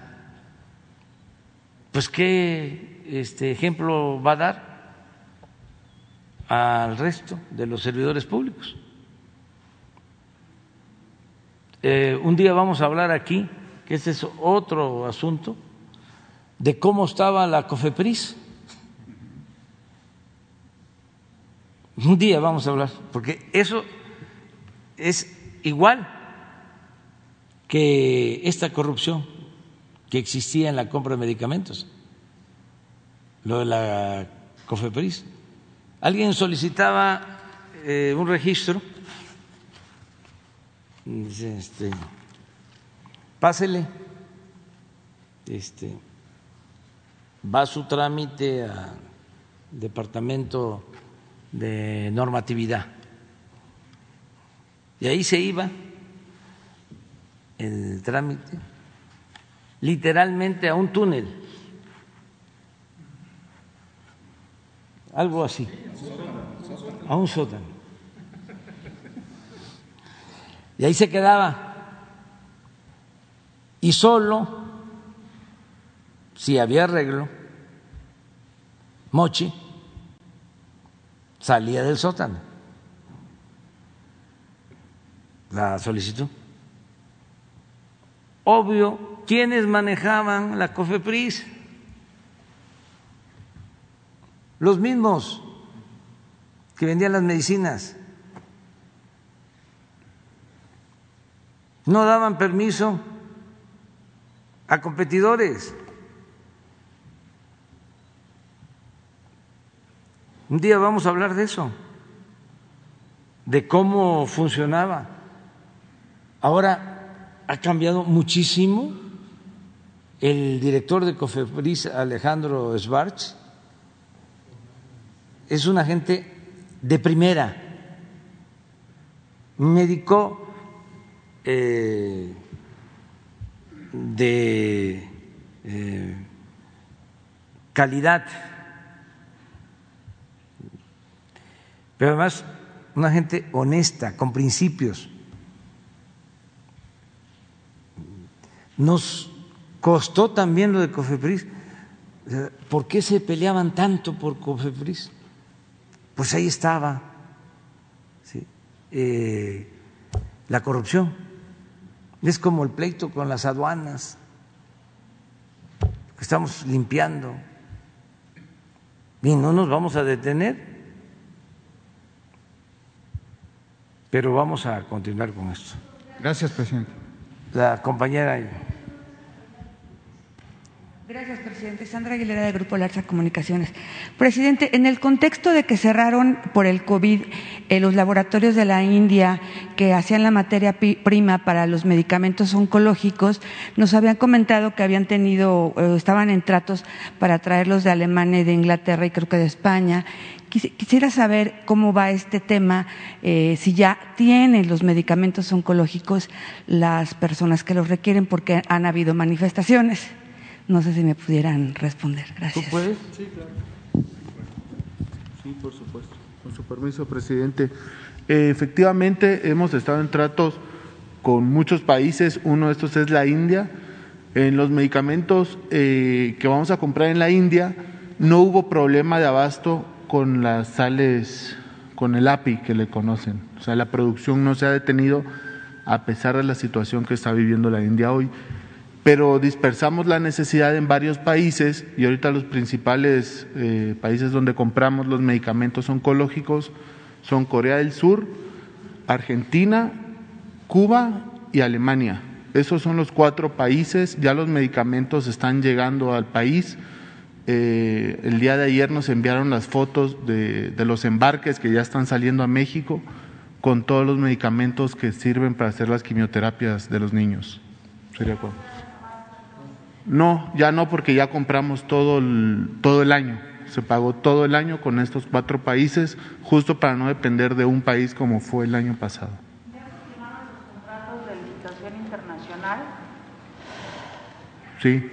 pues ¿qué ejemplo va a dar al resto de los servidores públicos? Un día vamos a hablar aquí, que este es otro asunto, de cómo estaba la COFEPRIS. Un día vamos a hablar, porque eso es igual que esta corrupción que existía en la compra de medicamentos, lo de la COFEPRIS. Alguien solicitaba un registro, dice, pásele, va a su trámite al Departamento de Normatividad, y ahí se iba el trámite literalmente a un túnel, algo así, a un sótano, y ahí se quedaba. Y solo si había arreglo, Mochi salía del sótano la solicitud. Obvio, ¿quiénes manejaban la COFEPRIS? Los mismos que vendían las medicinas. No daban permiso a competidores. Un día vamos a hablar de eso, de cómo funcionaba. Ahora ha cambiado muchísimo. El director de COFEPRIS, Alejandro Schwartz, es un agente de primera, un médico de calidad, pero además una gente honesta, con principios. Nos costó también lo de COFEPRIS. ¿Por qué se peleaban tanto por COFEPRIS? Pues ahí estaba, ¿sí? La corrupción. Es como el pleito con las aduanas, que estamos limpiando, y no nos vamos a detener, pero vamos a continuar con esto. Gracias, presidente. La compañera. Gracias, presidente. Sandra Aguilera, del Grupo Larsa Comunicaciones. Presidente, en el contexto de que cerraron por el COVID los laboratorios de la India que hacían la materia prima para los medicamentos oncológicos, nos habían comentado que habían tenido, estaban en tratos para traerlos de Alemania y de Inglaterra y creo que de España. Quisiera saber cómo va este tema, si ya tienen los medicamentos oncológicos las personas que los requieren, porque han habido manifestaciones. No sé si me pudieran responder. Gracias. ¿Tú puedes? Sí, claro. Sí, por supuesto. Con su permiso, presidente. Efectivamente, hemos estado en tratos con muchos países. Uno de estos es la India. En los medicamentos que vamos a comprar en la India no hubo problema de abasto con las sales, con el API que le conocen. O sea, la producción no se ha detenido a pesar de la situación que está viviendo la India hoy. Pero dispersamos la necesidad en varios países y ahorita los principales países donde compramos los medicamentos oncológicos son Corea del Sur, Argentina, Cuba y Alemania. Esos son los 4 países. Ya los medicamentos están llegando al país. El día de ayer nos enviaron las fotos de los embarques que ya están saliendo a México con todos los medicamentos que sirven para hacer las quimioterapias de los niños. ¿Sería cuál? No, ya no, porque ya compramos todo el año. Se pagó todo el año con estos 4 países, justo para no depender de un país como fue el año pasado. ¿Ya firmaron los contratos de licitación internacional? Sí.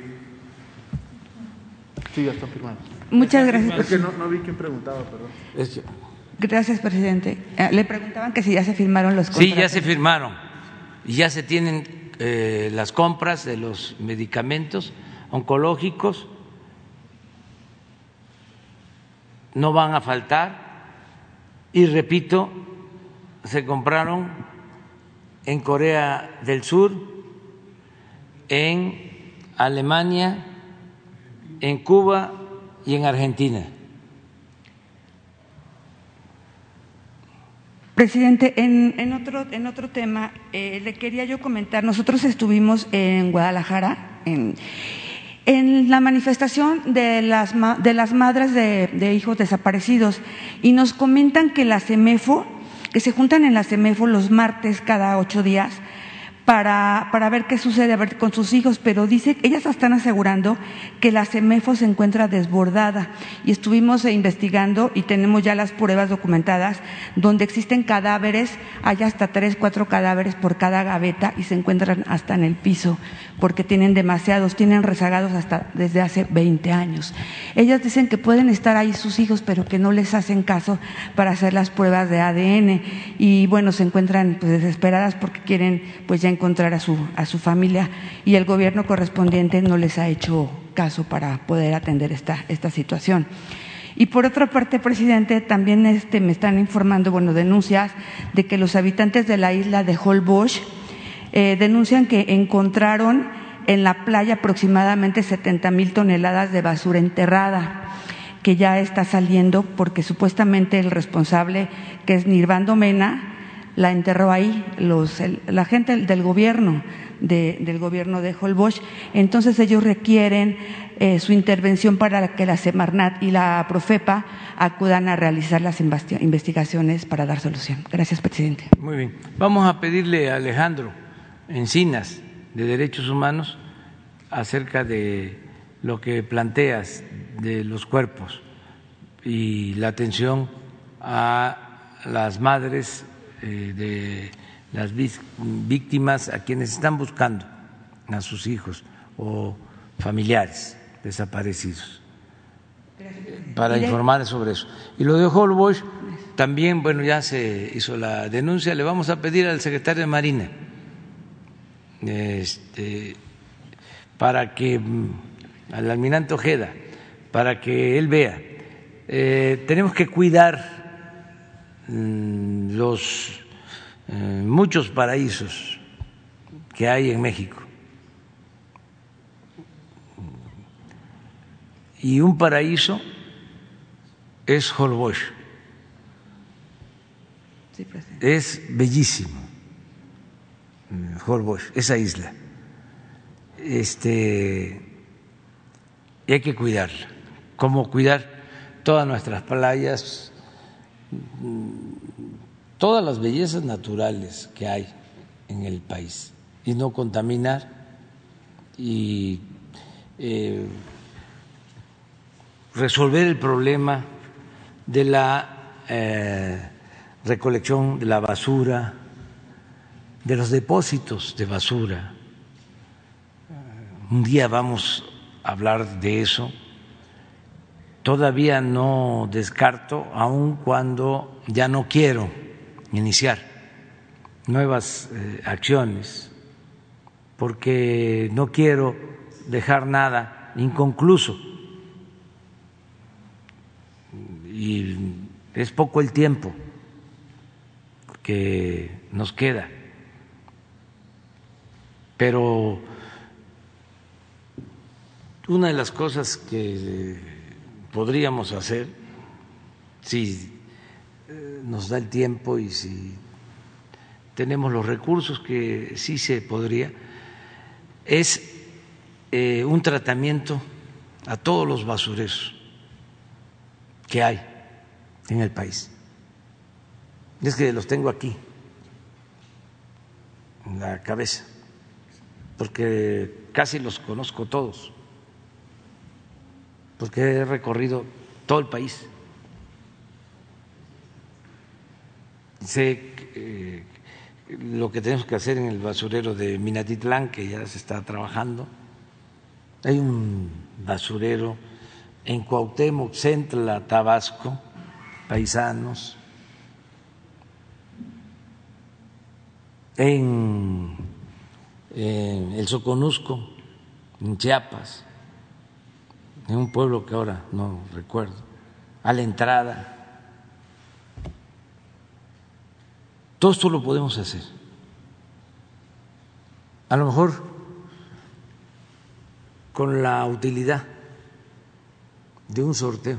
Sí, ya están firmados. Muchas gracias. Es que no vi quién preguntaba, perdón. Gracias, presidente. Le preguntaban que si ya se firmaron los contratos. Sí, ya se firmaron y ya se tienen las compras de los medicamentos oncológicos. No van a faltar y repito, se compraron en Corea del Sur, en Alemania, en Cuba y en Argentina. Presidente, en otro tema, le quería yo comentar, nosotros estuvimos en Guadalajara, en la manifestación de las madres de hijos desaparecidos, y nos comentan que la CEMEFO, que se juntan en la CEMEFO los martes cada 8 días para ver qué sucede con sus hijos, pero dice, ellas están asegurando que la CEMEFO se encuentra desbordada, y estuvimos investigando y tenemos ya las pruebas documentadas donde existen cadáveres, hay hasta 3, 4 cadáveres por cada gaveta y se encuentran hasta en el piso porque tienen demasiados, tienen rezagados hasta desde hace 20 años. Ellas dicen que pueden estar ahí sus hijos, pero que no les hacen caso para hacer las pruebas de ADN, y bueno, se encuentran pues desesperadas porque quieren pues ya encontrar a su familia, y el gobierno correspondiente no les ha hecho caso para poder atender esta situación. Y por otra parte, presidente, también me están informando, denuncias de que los habitantes de la isla de Holbox denuncian que encontraron en la playa aproximadamente 70,000 toneladas de basura enterrada, que ya está saliendo porque supuestamente el responsable, que es Nirvando Mena, la enterró ahí, la gente del gobierno de Holbox. Entonces ellos requieren su intervención para que la Semarnat y la Profepa acudan a realizar las investigaciones para dar solución. Gracias, presidente. Muy bien. Vamos a pedirle a Alejandro Encinas, de Derechos Humanos, acerca de lo que planteas de los cuerpos y la atención a las madres de las víctimas, a quienes están buscando a sus hijos o familiares desaparecidos, para informar sobre eso. Y lo de Holbox también, ya se hizo la denuncia. Le vamos a pedir al secretario de Marina para que, al almirante Ojeda, para que él vea. Tenemos que cuidar los muchos paraísos que hay en México, y un paraíso es Holbox. Sí, presidente. Es bellísimo Holbox, esa isla, y hay que cuidarla, como cuidar todas nuestras playas, todas las bellezas naturales que hay en el país, y no contaminar y resolver el problema de la recolección de la basura, de los depósitos de basura. Un día vamos a hablar de eso. Todavía no descarto, aun cuando ya no quiero iniciar nuevas acciones, porque no quiero dejar nada inconcluso, y es poco el tiempo que nos queda. Pero una de las cosas que podríamos hacer, si nos da el tiempo y si tenemos los recursos, que sí se podría, es un tratamiento a todos los basureros que hay en el país. Es que los tengo aquí, en la cabeza, porque casi los conozco todos, porque he recorrido todo el país. Sé lo que tenemos que hacer en el basurero de Minatitlán, que ya se está trabajando. Hay un basurero en Cuauhtémoc, Centla, Tabasco, paisanos, en el Soconusco, en Chiapas, en un pueblo que ahora no recuerdo, a la entrada. Todo esto lo podemos hacer. A lo mejor con la utilidad de un sorteo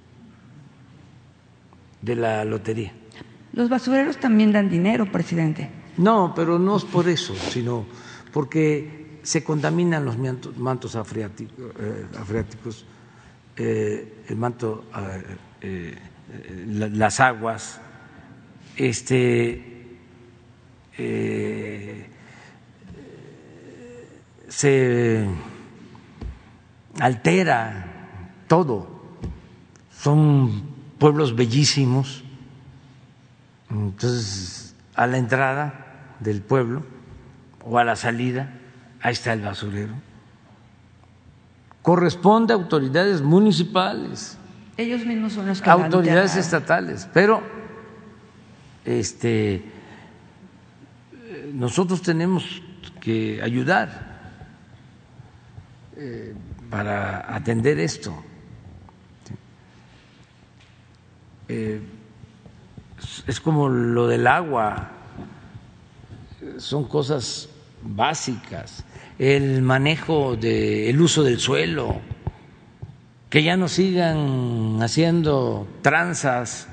de la lotería. Los basureros también dan dinero, presidente. No, pero no es por eso, sino porque se contaminan los mantos freáticos, el manto, las aguas, se altera todo. Son pueblos bellísimos. Entonces, a la entrada del pueblo o a la salida, ahí está el basurero. Corresponde a autoridades municipales. Ellos mismos son los que autoridades estatales, pero nosotros tenemos que ayudar para atender esto. Es como lo del agua, son cosas básicas, el manejo del uso del suelo, que ya no sigan haciendo tranzas,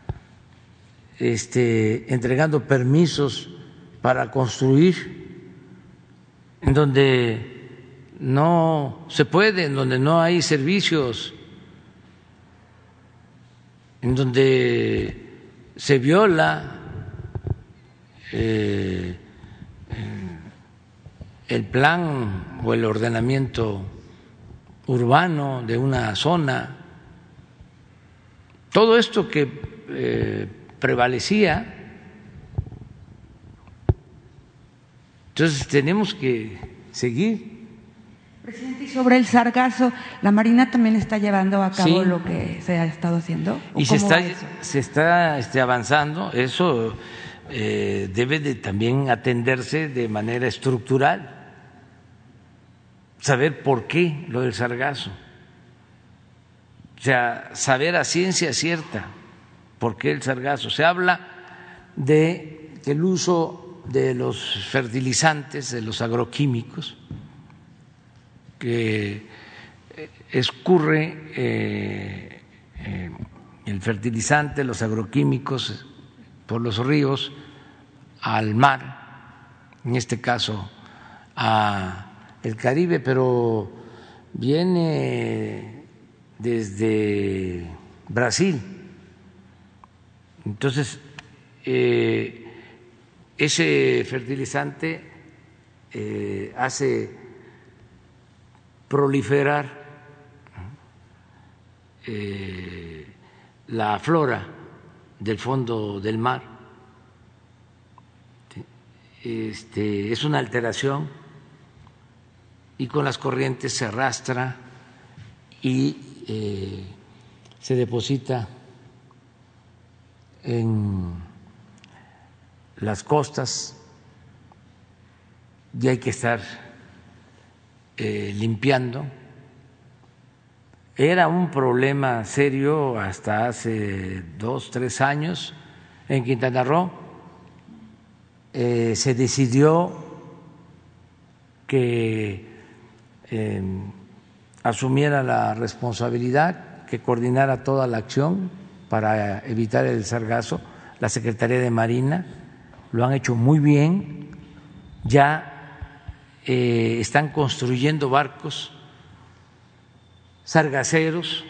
entregando permisos para construir en donde no se puede, en donde no hay servicios, en donde se viola el plan o el ordenamiento urbano de una zona. Todo esto que prevalecía. Entonces tenemos que seguir. Presidente, y sobre el sargazo, ¿la Marina también está llevando a cabo lo que se ha estado haciendo? Y se está avanzando. Eso debe de también atenderse de manera estructural. Saber por qué lo del sargazo. O sea, saber a ciencia cierta por qué el sargazo. Se habla de que el uso de los fertilizantes, de los agroquímicos, que escurre el fertilizante, los agroquímicos por los ríos al mar, en este caso al Caribe, pero viene desde Brasil. Entonces, ese fertilizante hace proliferar la flora del fondo del mar. Es una alteración y con las corrientes se arrastra y se deposita en las costas y hay que estar limpiando. Era un problema serio hasta hace 2, 3 años en Quintana Roo. Se decidió que asumiera la responsabilidad, que coordinara toda la acción para evitar el sargazo, la Secretaría de Marina. Lo han hecho muy bien. Ya están construyendo barcos sargaceros,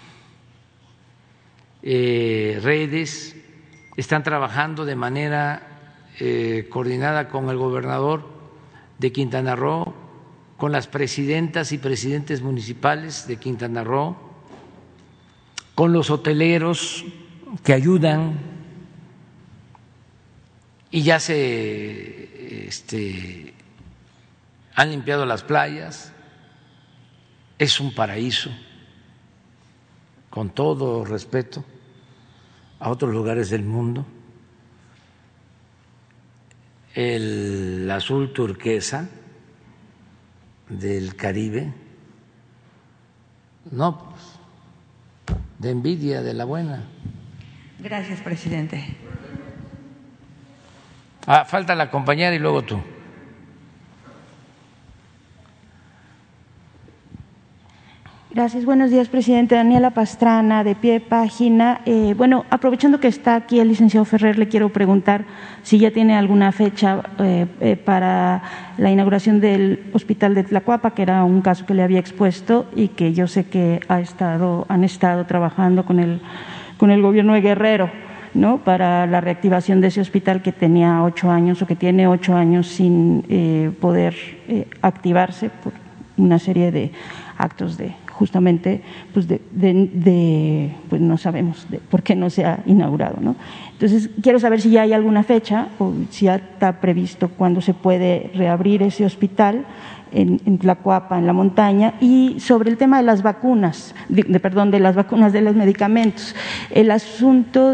redes, están trabajando de manera coordinada con el gobernador de Quintana Roo, con las presidentas y presidentes municipales de Quintana Roo, con los hoteleros que ayudan, y ya se han limpiado las playas. Es un paraíso, con todo respeto a otros lugares del mundo. el azul turquesa del Caribe. No, pues, de envidia, de la buena. Gracias, presidente. Falta la compañera y luego tú. Gracias, buenos días, presidente. Daniela Pastrana, de Pie de Página. Bueno, aprovechando que está aquí el licenciado Ferrer, le quiero preguntar si ya tiene alguna fecha para la inauguración del hospital de Tlacoapa, que era un caso que le había expuesto y que yo sé que han estado trabajando con el gobierno de Guerrero, ¿no?, para la reactivación de ese hospital que tenía 8 años o que tiene 8 años sin poder activarse por una serie de actos de justamente pues pues no sabemos por qué no se ha inaugurado, ¿no? Entonces quiero saber si ya hay alguna fecha o si ya está previsto cuándo se puede reabrir ese hospital en Tlacoapa, en la montaña. Y sobre el tema de las vacunas, de las vacunas, de los medicamentos, el asunto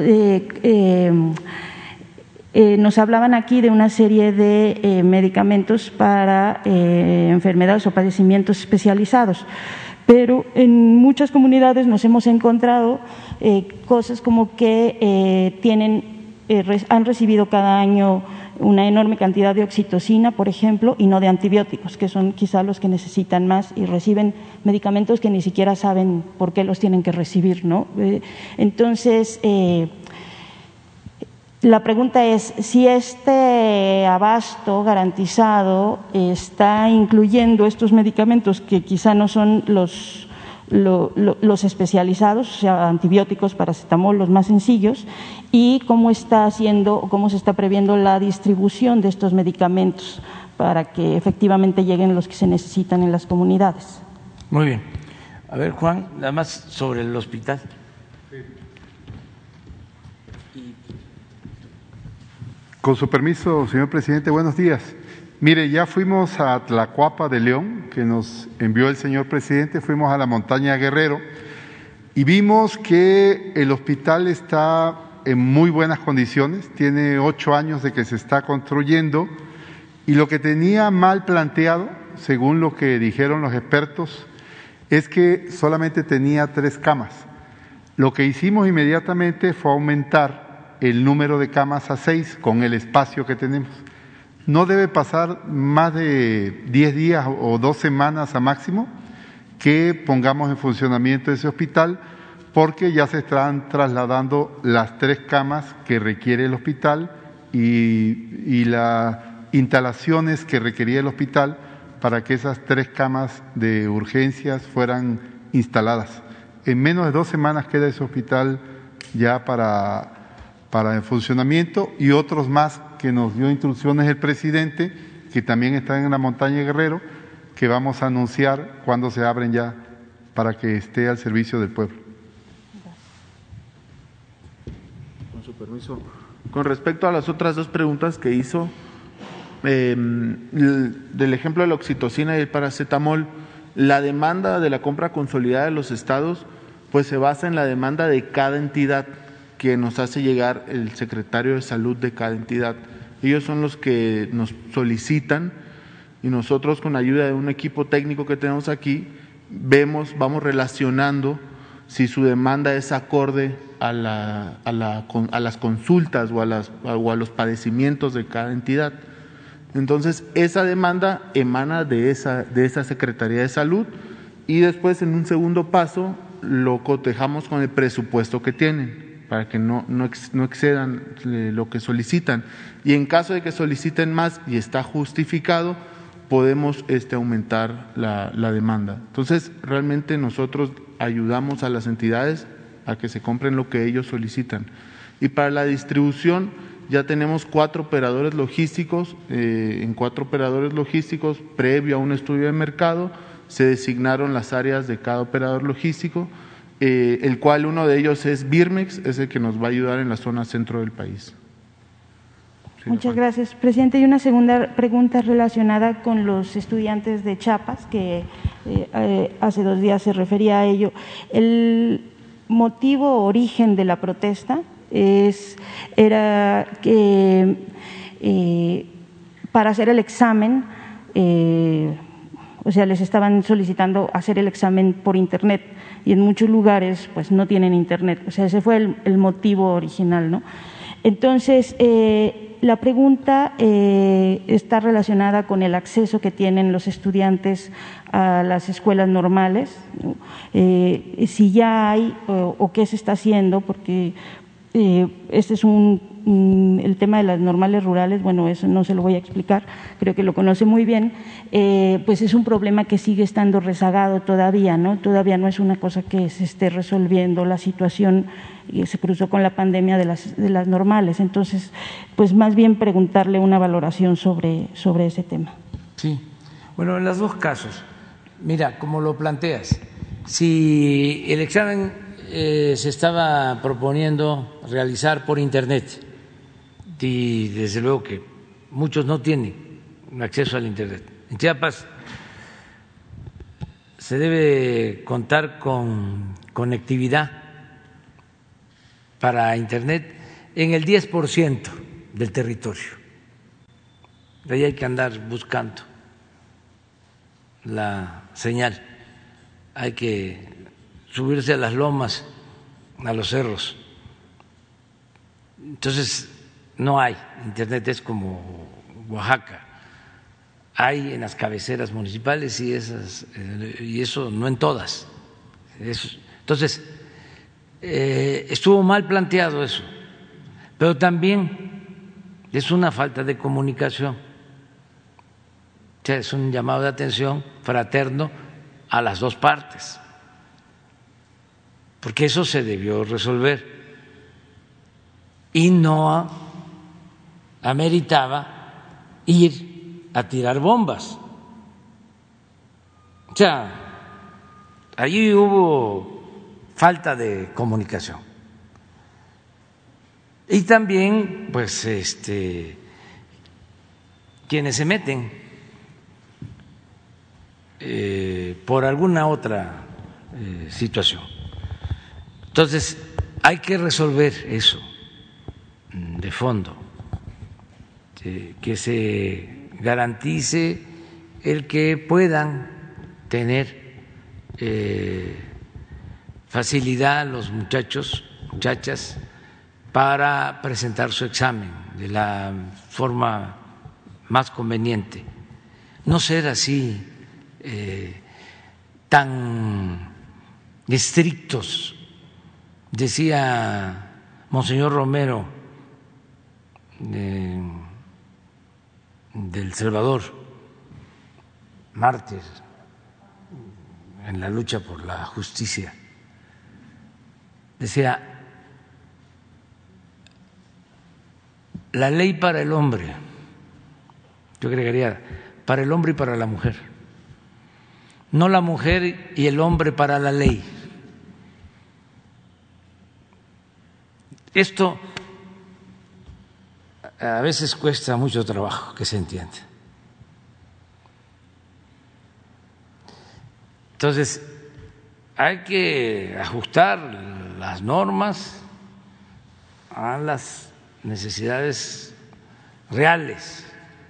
nos hablaban aquí de una serie de medicamentos para enfermedades o padecimientos especializados, pero en muchas comunidades nos hemos encontrado cosas como que han recibido cada año una enorme cantidad de oxitocina, por ejemplo, y no de antibióticos, que son quizá los que necesitan más, y reciben medicamentos que ni siquiera saben por qué los tienen que recibir, ¿no? Entonces, la pregunta es si este abasto garantizado está incluyendo estos medicamentos que quizá no son los especializados, o sea, antibióticos, paracetamol, los más sencillos, y cómo está haciendo o cómo se está previendo la distribución de estos medicamentos para que efectivamente lleguen los que se necesitan en las comunidades. Muy bien. A ver, Juan, nada más sobre el hospital. Con su permiso, señor presidente, buenos días. Mire, ya fuimos a Tlacoapa de León, que nos envió el señor presidente, fuimos a la montaña Guerrero y vimos que el hospital está en muy buenas condiciones, tiene 8 años de que se está construyendo, y lo que tenía mal planteado, según lo que dijeron los expertos, es que solamente tenía 3 camas. Lo que hicimos inmediatamente fue aumentar el número de camas a 6 con el espacio que tenemos. No debe pasar más de 10 días o 2 semanas a máximo que pongamos en funcionamiento ese hospital, porque ya se están trasladando las 3 camas que requiere el hospital y las instalaciones que requería el hospital para que esas 3 camas de urgencias fueran instaladas. En menos de 2 semanas queda ese hospital ya para en funcionamiento, y otros más que nos dio instrucciones el presidente, que también están en la montaña Guerrero, que vamos a anunciar cuando se abren ya para que esté al servicio del pueblo. Con su permiso. Con respecto a las otras 2 preguntas que hizo, del ejemplo de la oxitocina y el paracetamol, la demanda de la compra consolidada de los estados pues se basa en la demanda de cada entidad que nos hace llegar el secretario de Salud de cada entidad. Ellos son los que nos solicitan y nosotros, con ayuda de un equipo técnico que tenemos aquí, vamos relacionando si su demanda es acorde a las consultas o a los padecimientos de cada entidad. Entonces, esa demanda emana de esa Secretaría de Salud, y después, en un segundo paso, lo cotejamos con el presupuesto que tienen, para que no excedan lo que solicitan, y en caso de que soliciten más y está justificado, podemos aumentar la demanda. Entonces, realmente nosotros ayudamos a las entidades a que se compren lo que ellos solicitan. Y para la distribución ya tenemos 4 operadores logísticos. En 4 operadores logísticos, previo a un estudio de mercado, se designaron las áreas de cada operador logístico, el cual uno de ellos es Birmex, es el que nos va a ayudar en la zona centro del país. Sí, muchas gracias, presidente. Y una segunda pregunta relacionada con los estudiantes de Chiapas, que hace 2 días se refería a ello. El motivo o origen de la protesta era que para hacer el examen, o sea, les estaban solicitando hacer el examen por Internet y en muchos lugares pues no tienen Internet. O sea, ese fue el motivo original, ¿no? Entonces, la pregunta está relacionada con el acceso que tienen los estudiantes a las escuelas normales, ¿no? Si ya hay o qué se está haciendo, porque este es el tema de las normales rurales, bueno, eso no se lo voy a explicar, creo que lo conoce muy bien, pues es un problema que sigue estando rezagado todavía, ¿no? Todavía no es una cosa que se esté resolviendo la situación y se cruzó con la pandemia de las normales. Entonces, pues más bien preguntarle una valoración sobre ese tema. Sí, bueno, en los dos casos, mira, como lo planteas, si el examen se estaba proponiendo realizar por Internet, y desde luego que muchos no tienen acceso al Internet. En Chiapas se debe contar con conectividad para Internet en el 10% del territorio. Ahí hay que andar buscando la señal, hay que subirse a las lomas, a los cerros. Entonces, no hay Internet, es como Oaxaca. Hay en las cabeceras municipales y eso no en todas. Entonces, estuvo mal planteado eso, pero también es una falta de comunicación. O sea, es un llamado de atención fraterno a las dos partes, porque eso se debió resolver y no ameritaba ir a tirar bombas. O sea, allí hubo falta de comunicación. Y también, pues, quienes se meten por alguna otra situación. Entonces, hay que resolver eso de fondo, que se garantice el que puedan tener facilidad los muchachos, muchachas, para presentar su examen de la forma más conveniente. No ser así tan estrictos. Decía Monseñor Romero del Salvador, mártir en la lucha por la justicia, decía: la ley para el hombre, yo agregaría para el hombre y para la mujer, no la mujer y el hombre para la ley. Esto a veces cuesta mucho trabajo que se entienda. Entonces, hay que ajustar las normas a las necesidades reales,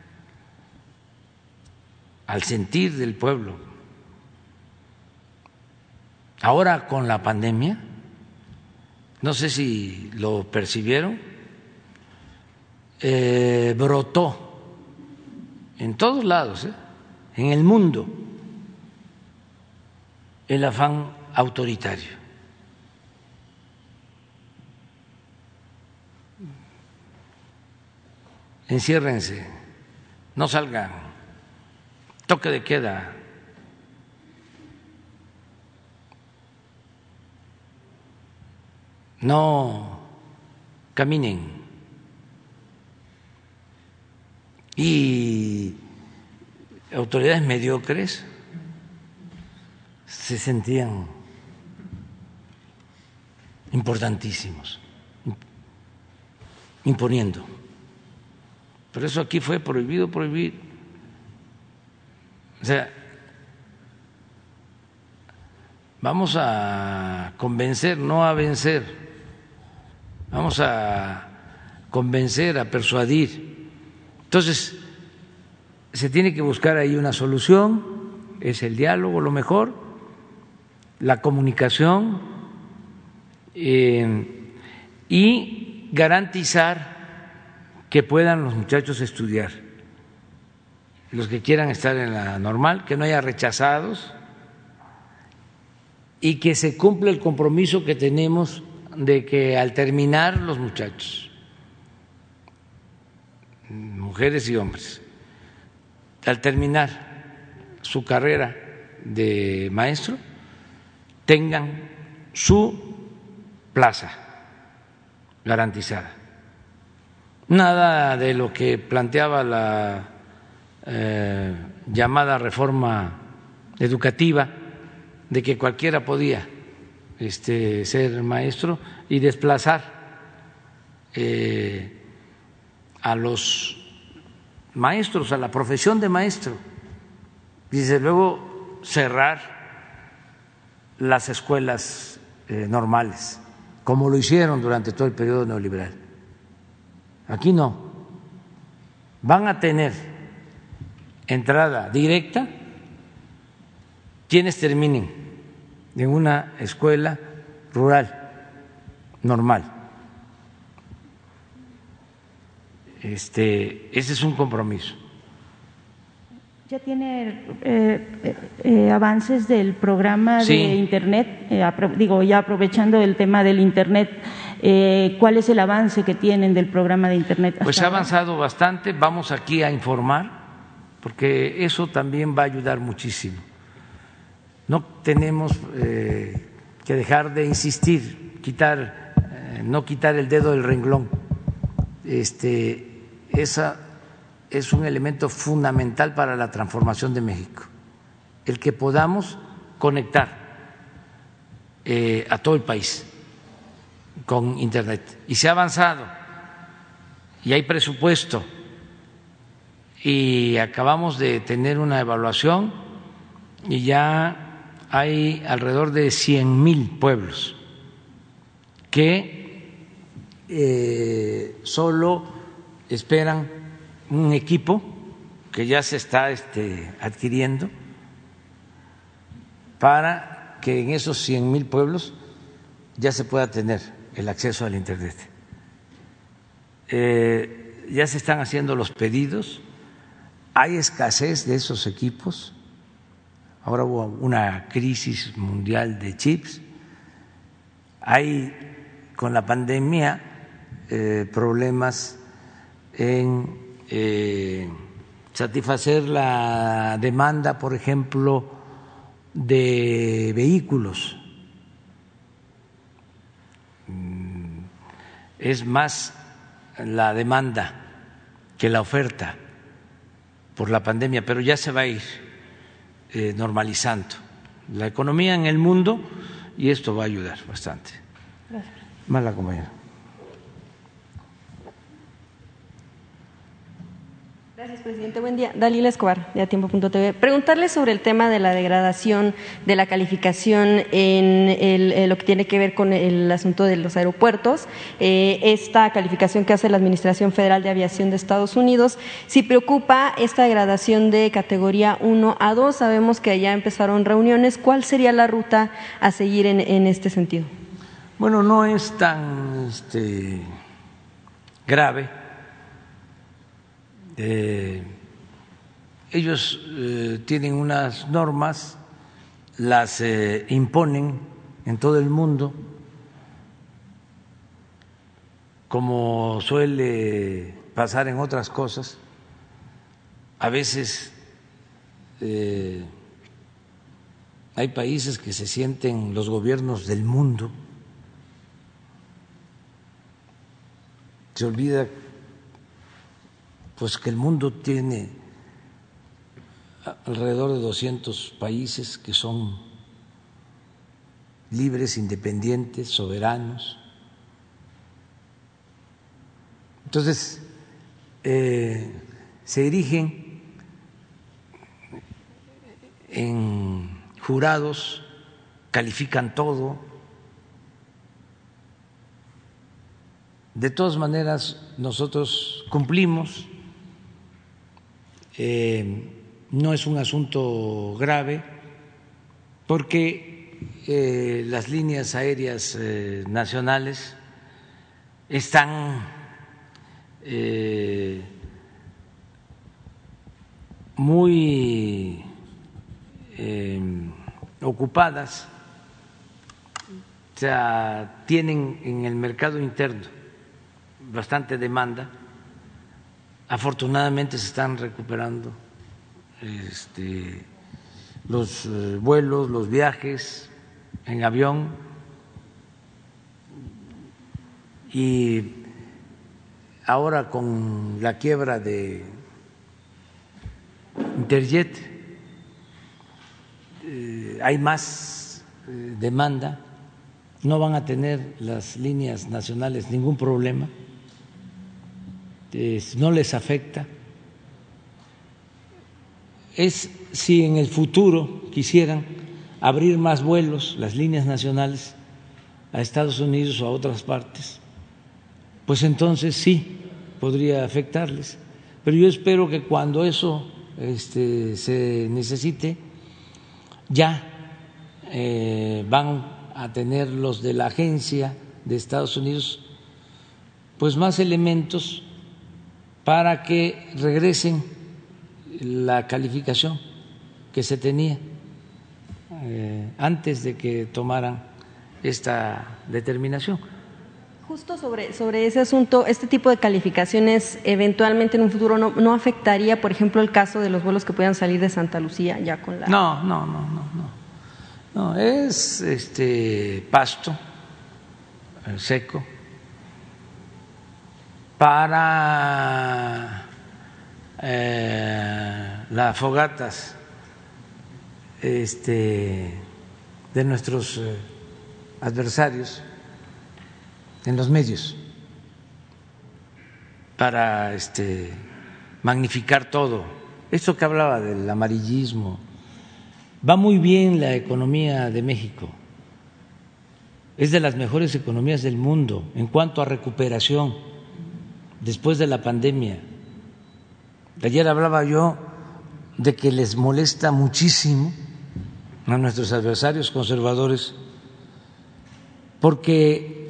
al sentir del pueblo. Ahora con la pandemia, no sé si lo percibieron, brotó en todos lados, en el mundo, el afán autoritario. Enciérrense, no salgan, toque de queda. No caminen. Y autoridades mediocres se sentían importantísimos, imponiendo. Por eso aquí fue prohibido prohibir. O sea, vamos a convencer, no a vencer. Vamos a convencer, a persuadir. Entonces, se tiene que buscar ahí una solución, es el diálogo lo mejor, la comunicación y garantizar que puedan los muchachos estudiar, los que quieran estar en la normal, que no haya rechazados y que se cumpla el compromiso que tenemos de que al terminar los muchachos, mujeres y hombres, al terminar su carrera de maestro, tengan su plaza garantizada. Nada de lo que planteaba la llamada reforma educativa, de que cualquiera podía ser maestro y desplazar a los maestros, a la profesión de maestro, y desde luego cerrar las escuelas normales, como lo hicieron durante todo el periodo neoliberal. Aquí no, van a tener entrada directa quienes terminen en una escuela rural normal. Ese es un compromiso. ¿Ya tiene avances del programa de Internet? Ya aprovechando el tema del Internet, ¿cuál es el avance que tienen del programa de Internet? Pues ha avanzado bastante, vamos aquí a informar, porque eso también va a ayudar muchísimo. No tenemos que dejar de insistir, no quitar el dedo del renglón. Esa es un elemento fundamental para la transformación de México, el que podamos conectar a todo el país con Internet. Y se ha avanzado, y hay presupuesto, y acabamos de tener una evaluación y ya hay alrededor de 100,000 pueblos que solo esperan un equipo que ya se está adquiriendo para que en esos 100,000 pueblos ya se pueda tener el acceso al Internet. Ya se están haciendo los pedidos, hay escasez de esos equipos. Ahora hubo una crisis mundial de chips, hay con la pandemia problemas en satisfacer la demanda, por ejemplo, de vehículos. Es más la demanda que la oferta por la pandemia, pero ya se va a ir normalizando la economía en el mundo y esto va a ayudar bastante. Gracias. Mala compañera. Gracias, presidente. Buen día. Dalila Escobar, de Atiempo.tv. Preguntarle sobre el tema de la degradación de la calificación en lo que tiene que ver con el asunto de los aeropuertos. Esta calificación que hace la Administración Federal de Aviación de Estados Unidos, si preocupa esta degradación de categoría 1 a 2, sabemos que ya empezaron reuniones. ¿Cuál sería la ruta a seguir en este sentido? Bueno, no es tan grave. Ellos tienen unas normas, las imponen en todo el mundo, como suele pasar en otras cosas. A veces hay países que se sienten los gobiernos del mundo, se olvida pues que el mundo tiene alrededor de 200 países que son libres, independientes, soberanos. Entonces, se erigen en jurados, califican todo. De todas maneras, nosotros cumplimos no es un asunto grave porque las líneas aéreas nacionales están muy ocupadas, o sea, tienen en el mercado interno bastante demanda. Afortunadamente se están recuperando los vuelos, los viajes en avión, y ahora con la quiebra de Interjet hay más demanda, no van a tener las líneas nacionales ningún problema, no les afecta. Es si en el futuro quisieran abrir más vuelos, las líneas nacionales, a Estados Unidos o a otras partes, pues entonces sí podría afectarles. Pero yo espero que cuando eso se necesite, ya van a tener los de la agencia de Estados Unidos pues más elementos para que regresen la calificación que se tenía antes de que tomaran esta determinación. Justo sobre ese asunto, este tipo de calificaciones eventualmente en un futuro no afectaría, por ejemplo, el caso de los vuelos que puedan salir de Santa Lucía ya con la… No, es pasto seco para las fogatas de nuestros adversarios en los medios, para magnificar todo. Esto que hablaba del amarillismo, va muy bien la economía de México, es de las mejores economías del mundo en cuanto a recuperación después de la pandemia. Ayer hablaba yo de que les molesta muchísimo a nuestros adversarios conservadores porque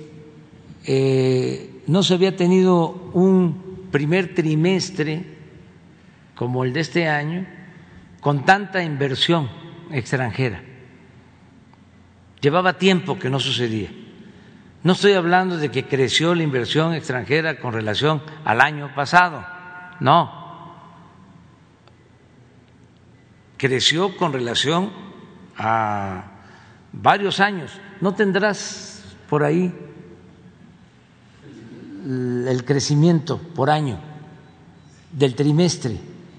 no se había tenido un primer trimestre como el de este año con tanta inversión extranjera. Llevaba tiempo que no sucedía. No estoy hablando de que creció la inversión extranjera con relación al año pasado, no. Creció con relación a varios años. ¿No tendrás por ahí el crecimiento por año del trimestre?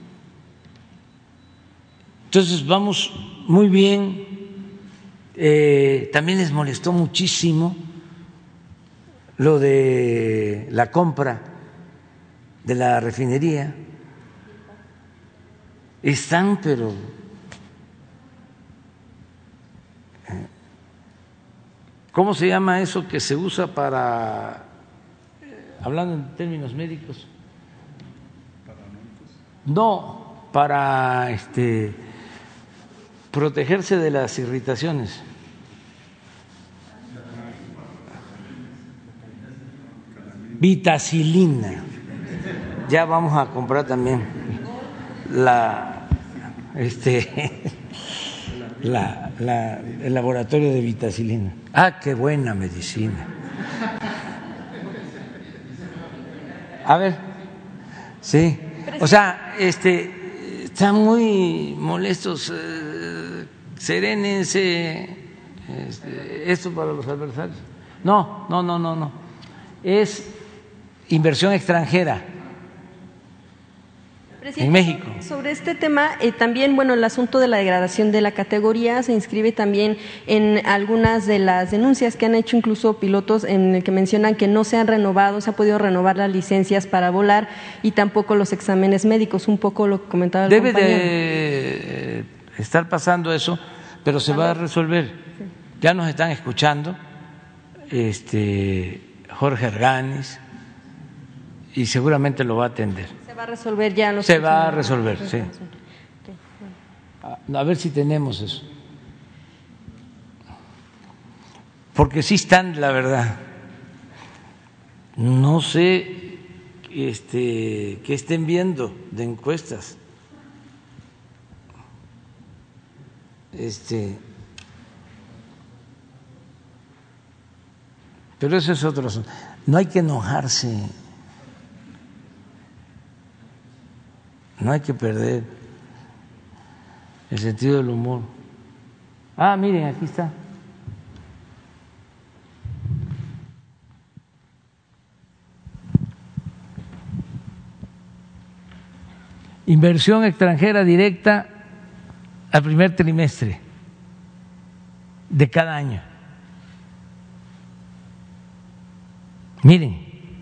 Entonces vamos muy bien. También les molestó muchísimo lo de la compra de la refinería. Están, pero ¿cómo se llama eso que se usa para, hablando en términos médicos? No, para protegerse de las irritaciones. Vitacilina. Ya vamos a comprar también el laboratorio de vitacilina. Ah, qué buena medicina. A ver, sí. O sea, están muy molestos. Serénense. Esto para los adversarios. No. Es inversión extranjera en México. Sobre este tema, también, el asunto de la degradación de la categoría se inscribe también en algunas de las denuncias que han hecho incluso pilotos en el que mencionan que no se han renovado, se ha podido renovar las licencias para volar y tampoco los exámenes médicos, un poco lo que comentaba el compañero. Debe de estar pasando eso, pero se va a resolver. Sí. Ya nos están escuchando Jorge Arganis y seguramente lo va a atender. va a resolver ya en los Se va a resolver, próximos- sí. Ok, bueno. A ver si tenemos eso. Porque sí están, la verdad. No sé qué estén viendo de encuestas. Pero eso es otro asunto. No hay que enojarse. No hay que perder el sentido del humor. Ah, miren, aquí está. Inversión extranjera directa al primer trimestre de cada año. Miren.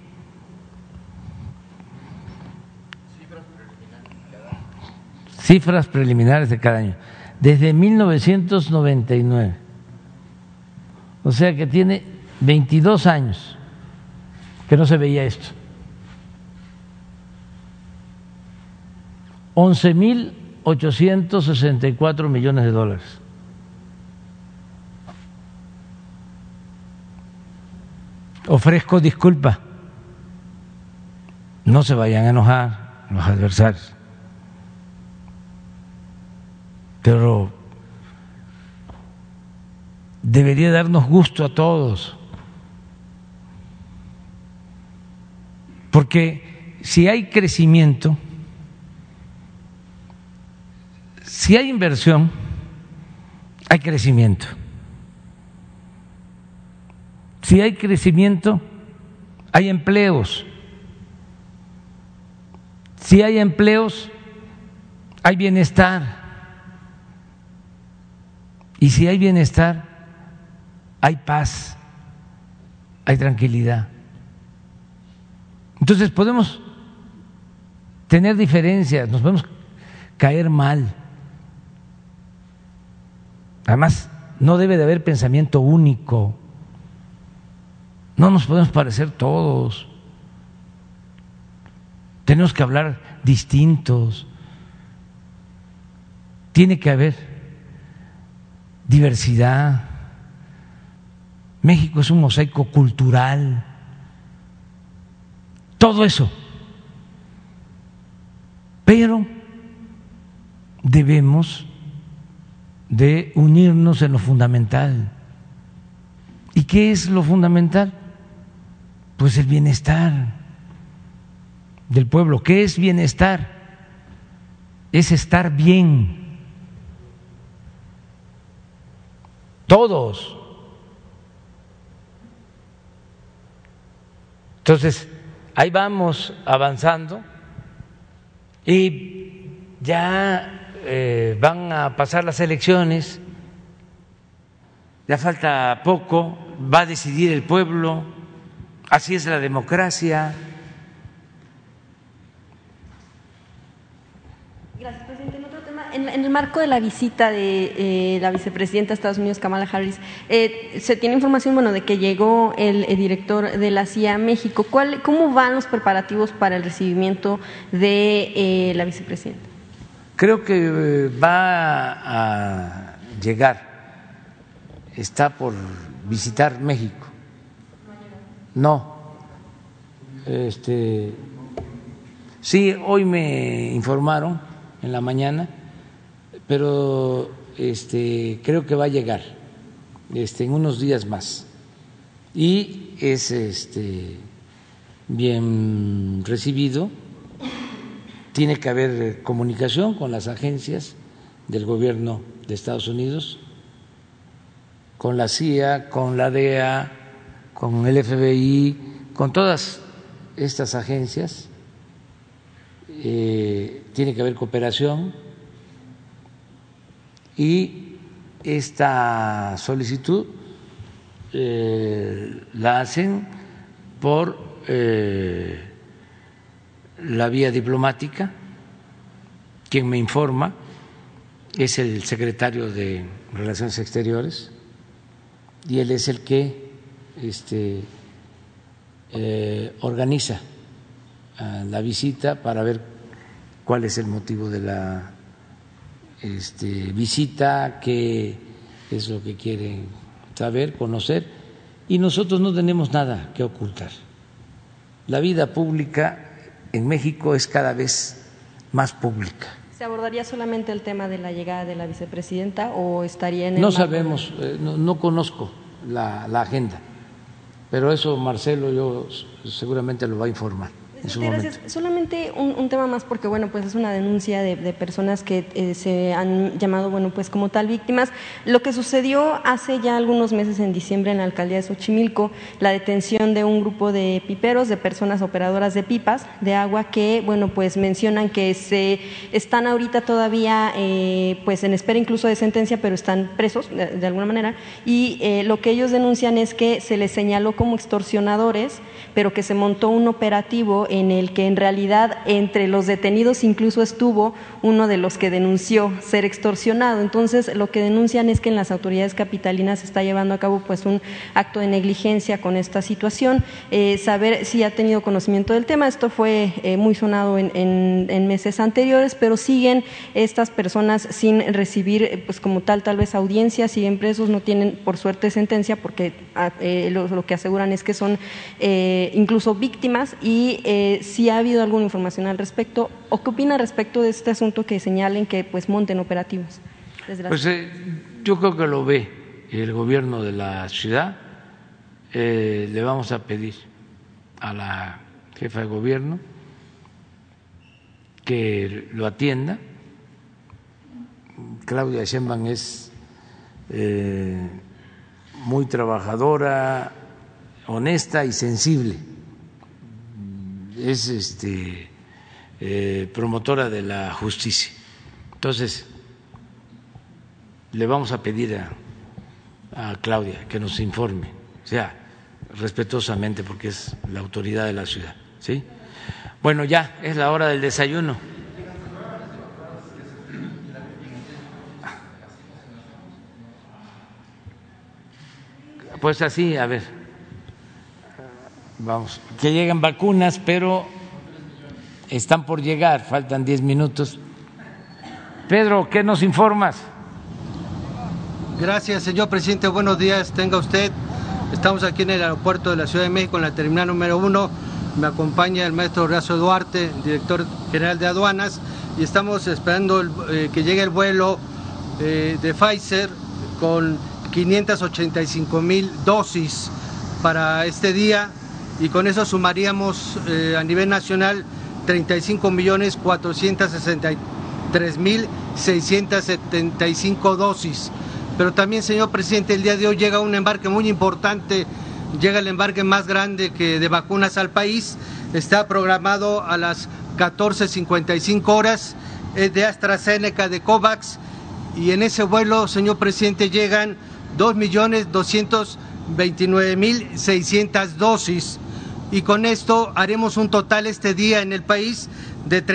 Cifras preliminares de cada año. Desde 1999. O sea que tiene 22 años que no se veía esto. 11.864 millones de dólares. Ofrezco disculpa. No se vayan a enojar los adversarios. Pero debería darnos gusto a todos. Porque si hay crecimiento, si hay inversión, hay crecimiento. Si hay crecimiento, hay empleos. Si hay empleos, hay bienestar. Y si hay bienestar, hay paz, hay tranquilidad. Entonces podemos tener diferencias, nos podemos caer mal. Además, no debe de haber pensamiento único. No nos podemos parecer todos. Tenemos que hablar distintos. Tiene que haber diversidad. México es un mosaico cultural. Todo eso. Pero debemos de unirnos en lo fundamental. ¿Y qué es lo fundamental? Pues el bienestar del pueblo. ¿Qué es bienestar? Es estar bien. Todos. Entonces, ahí vamos avanzando y ya van a pasar las elecciones, ya falta poco, va a decidir el pueblo, así es la democracia. Gracias, presidente. En otro tema, en el marco de la visita de la vicepresidenta de Estados Unidos, Kamala Harris, se tiene información, bueno, de que llegó el director de la CIA a México. ¿Cómo van los preparativos para el recibimiento de la vicepresidenta? Creo que va a llegar, está por visitar México. No, sí, hoy me informaron en la mañana, pero creo que va a llegar en unos días más y es bien recibido. Tiene que haber comunicación con las agencias del gobierno de Estados Unidos, con la CIA, con la DEA, con el FBI, con todas estas agencias. Tiene que haber cooperación y esta solicitud la hacen por la vía diplomática. Quien me informa es el secretario de Relaciones Exteriores y él es el que organiza la visita para ver cuál es el motivo de la visita, qué es lo que quieren saber, conocer, y nosotros no tenemos nada que ocultar. La vida pública en México es cada vez más pública. ¿Se abordaría solamente el tema de la llegada de la vicepresidenta o estaría en el No marco sabemos, no conozco la agenda, pero eso Marcelo seguramente lo va a informar. Gracias. Solamente un tema más, porque bueno, pues es una denuncia de personas que se han llamado, bueno, pues como tal víctimas. Lo que sucedió hace ya algunos meses, en diciembre, en la alcaldía de Xochimilco, la detención de un grupo de piperos, de personas operadoras de pipas de agua, que bueno, pues mencionan que se están ahorita todavía pues en espera incluso de sentencia, pero están presos de alguna manera, y lo que ellos denuncian es que se les señaló como extorsionadores, pero que se montó un operativo en el que en realidad entre los detenidos incluso estuvo uno de los que denunció ser extorsionado. Entonces, lo que denuncian es que en las autoridades capitalinas se está llevando a cabo pues un acto de negligencia con esta situación. Saber si ha tenido conocimiento del tema. Esto fue muy sonado en meses anteriores, pero siguen estas personas sin recibir pues como tal vez audiencia, siguen presos, no tienen por suerte sentencia, porque lo que aseguran es que son incluso víctimas. Y si ha habido alguna información al respecto, o qué opina respecto de este asunto que señalen que pues monten operativos. Pues yo creo que lo ve el gobierno de la ciudad. Le vamos a pedir a la jefa de gobierno que lo atienda. Claudia Sheinbaum es muy trabajadora, honesta y sensible. Es promotora de la justicia. Entonces, le vamos a pedir a Claudia que nos informe, o sea, respetuosamente, porque es la autoridad de la ciudad, ¿sí? Bueno, ya es la hora del desayuno. Pues así, a ver. Vamos, que llegan vacunas, pero están por llegar, faltan 10 minutos. Pedro, ¿qué nos informas? Gracias, señor presidente. Buenos días, tenga usted. Estamos aquí en el aeropuerto de la Ciudad de México, en la terminal número 1. Me acompaña el maestro Horacio Duarte, director general de aduanas, y estamos esperando que llegue el vuelo de Pfizer con 585,000 dosis para este día, y con eso sumaríamos a nivel nacional 35.463.675 dosis. Pero también, señor presidente, el día de hoy llega un embarque muy importante, llega el embarque más grande de vacunas al país. Está programado a las 14:55 horas, de AstraZeneca, de COVAX, y en ese vuelo, señor presidente, llegan 2.229.600 dosis, y con esto haremos un total este día en el país de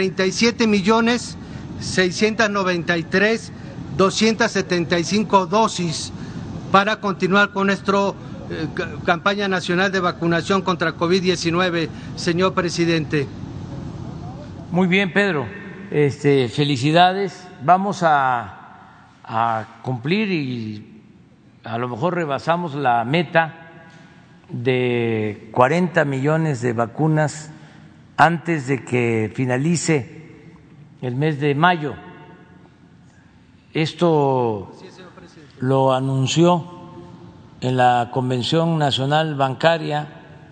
37.693.275 dosis para continuar con nuestra campaña nacional de vacunación contra COVID-19, señor presidente. Muy bien, Pedro. Felicidades. Vamos a cumplir y a lo mejor rebasamos la meta de 40 millones de vacunas antes de que finalice el mes de mayo. Esto lo anunció en la Convención Nacional Bancaria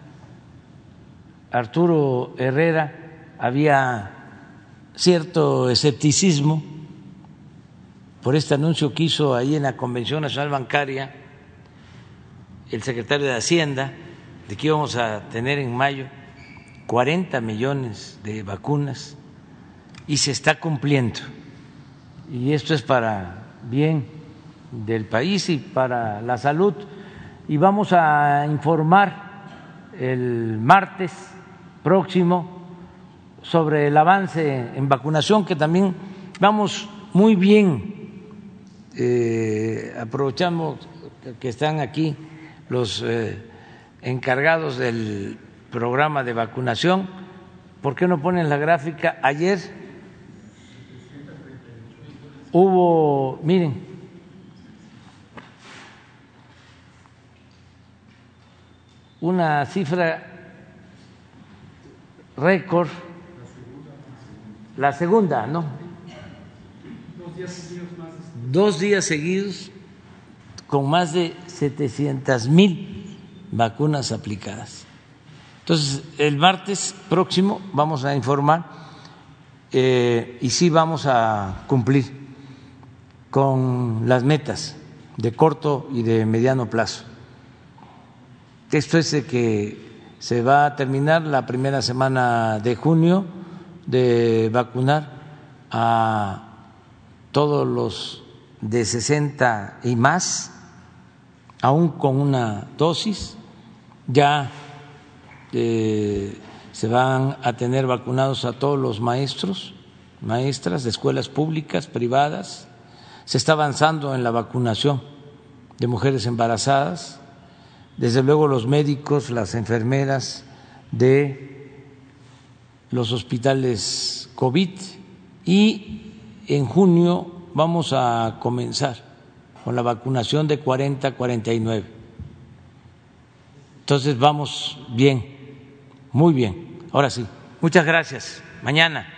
Arturo Herrera. Había cierto escepticismo por este anuncio que hizo ahí en la Convención Nacional Bancaria el secretario de Hacienda, de que íbamos a tener en mayo 40 millones de vacunas, y se está cumpliendo. Y esto es para bien del país y para la salud. Y vamos a informar el martes próximo sobre el avance en vacunación, que también vamos muy bien. Aprovechamos que están aquí los encargados del programa de vacunación ¿por qué no ponen la gráfica? Ayer hubo, miren, una cifra récord, la segunda, ¿no? 2 días seguidos con más de 700,000 vacunas aplicadas. Entonces, el martes próximo vamos a informar y sí vamos a cumplir con las metas de corto y de mediano plazo. Esto es de que se va a terminar la primera semana de junio de vacunar a todos los de 60 y más, aún con una dosis. Ya se van a tener vacunados a todos los maestros, maestras de escuelas públicas, privadas. Se está avanzando en la vacunación de mujeres embarazadas, desde luego los médicos, las enfermeras de los hospitales COVID, y en junio vamos a comenzar con la vacunación de 40 a 49. Entonces vamos bien, muy bien. Ahora sí, muchas gracias. Mañana.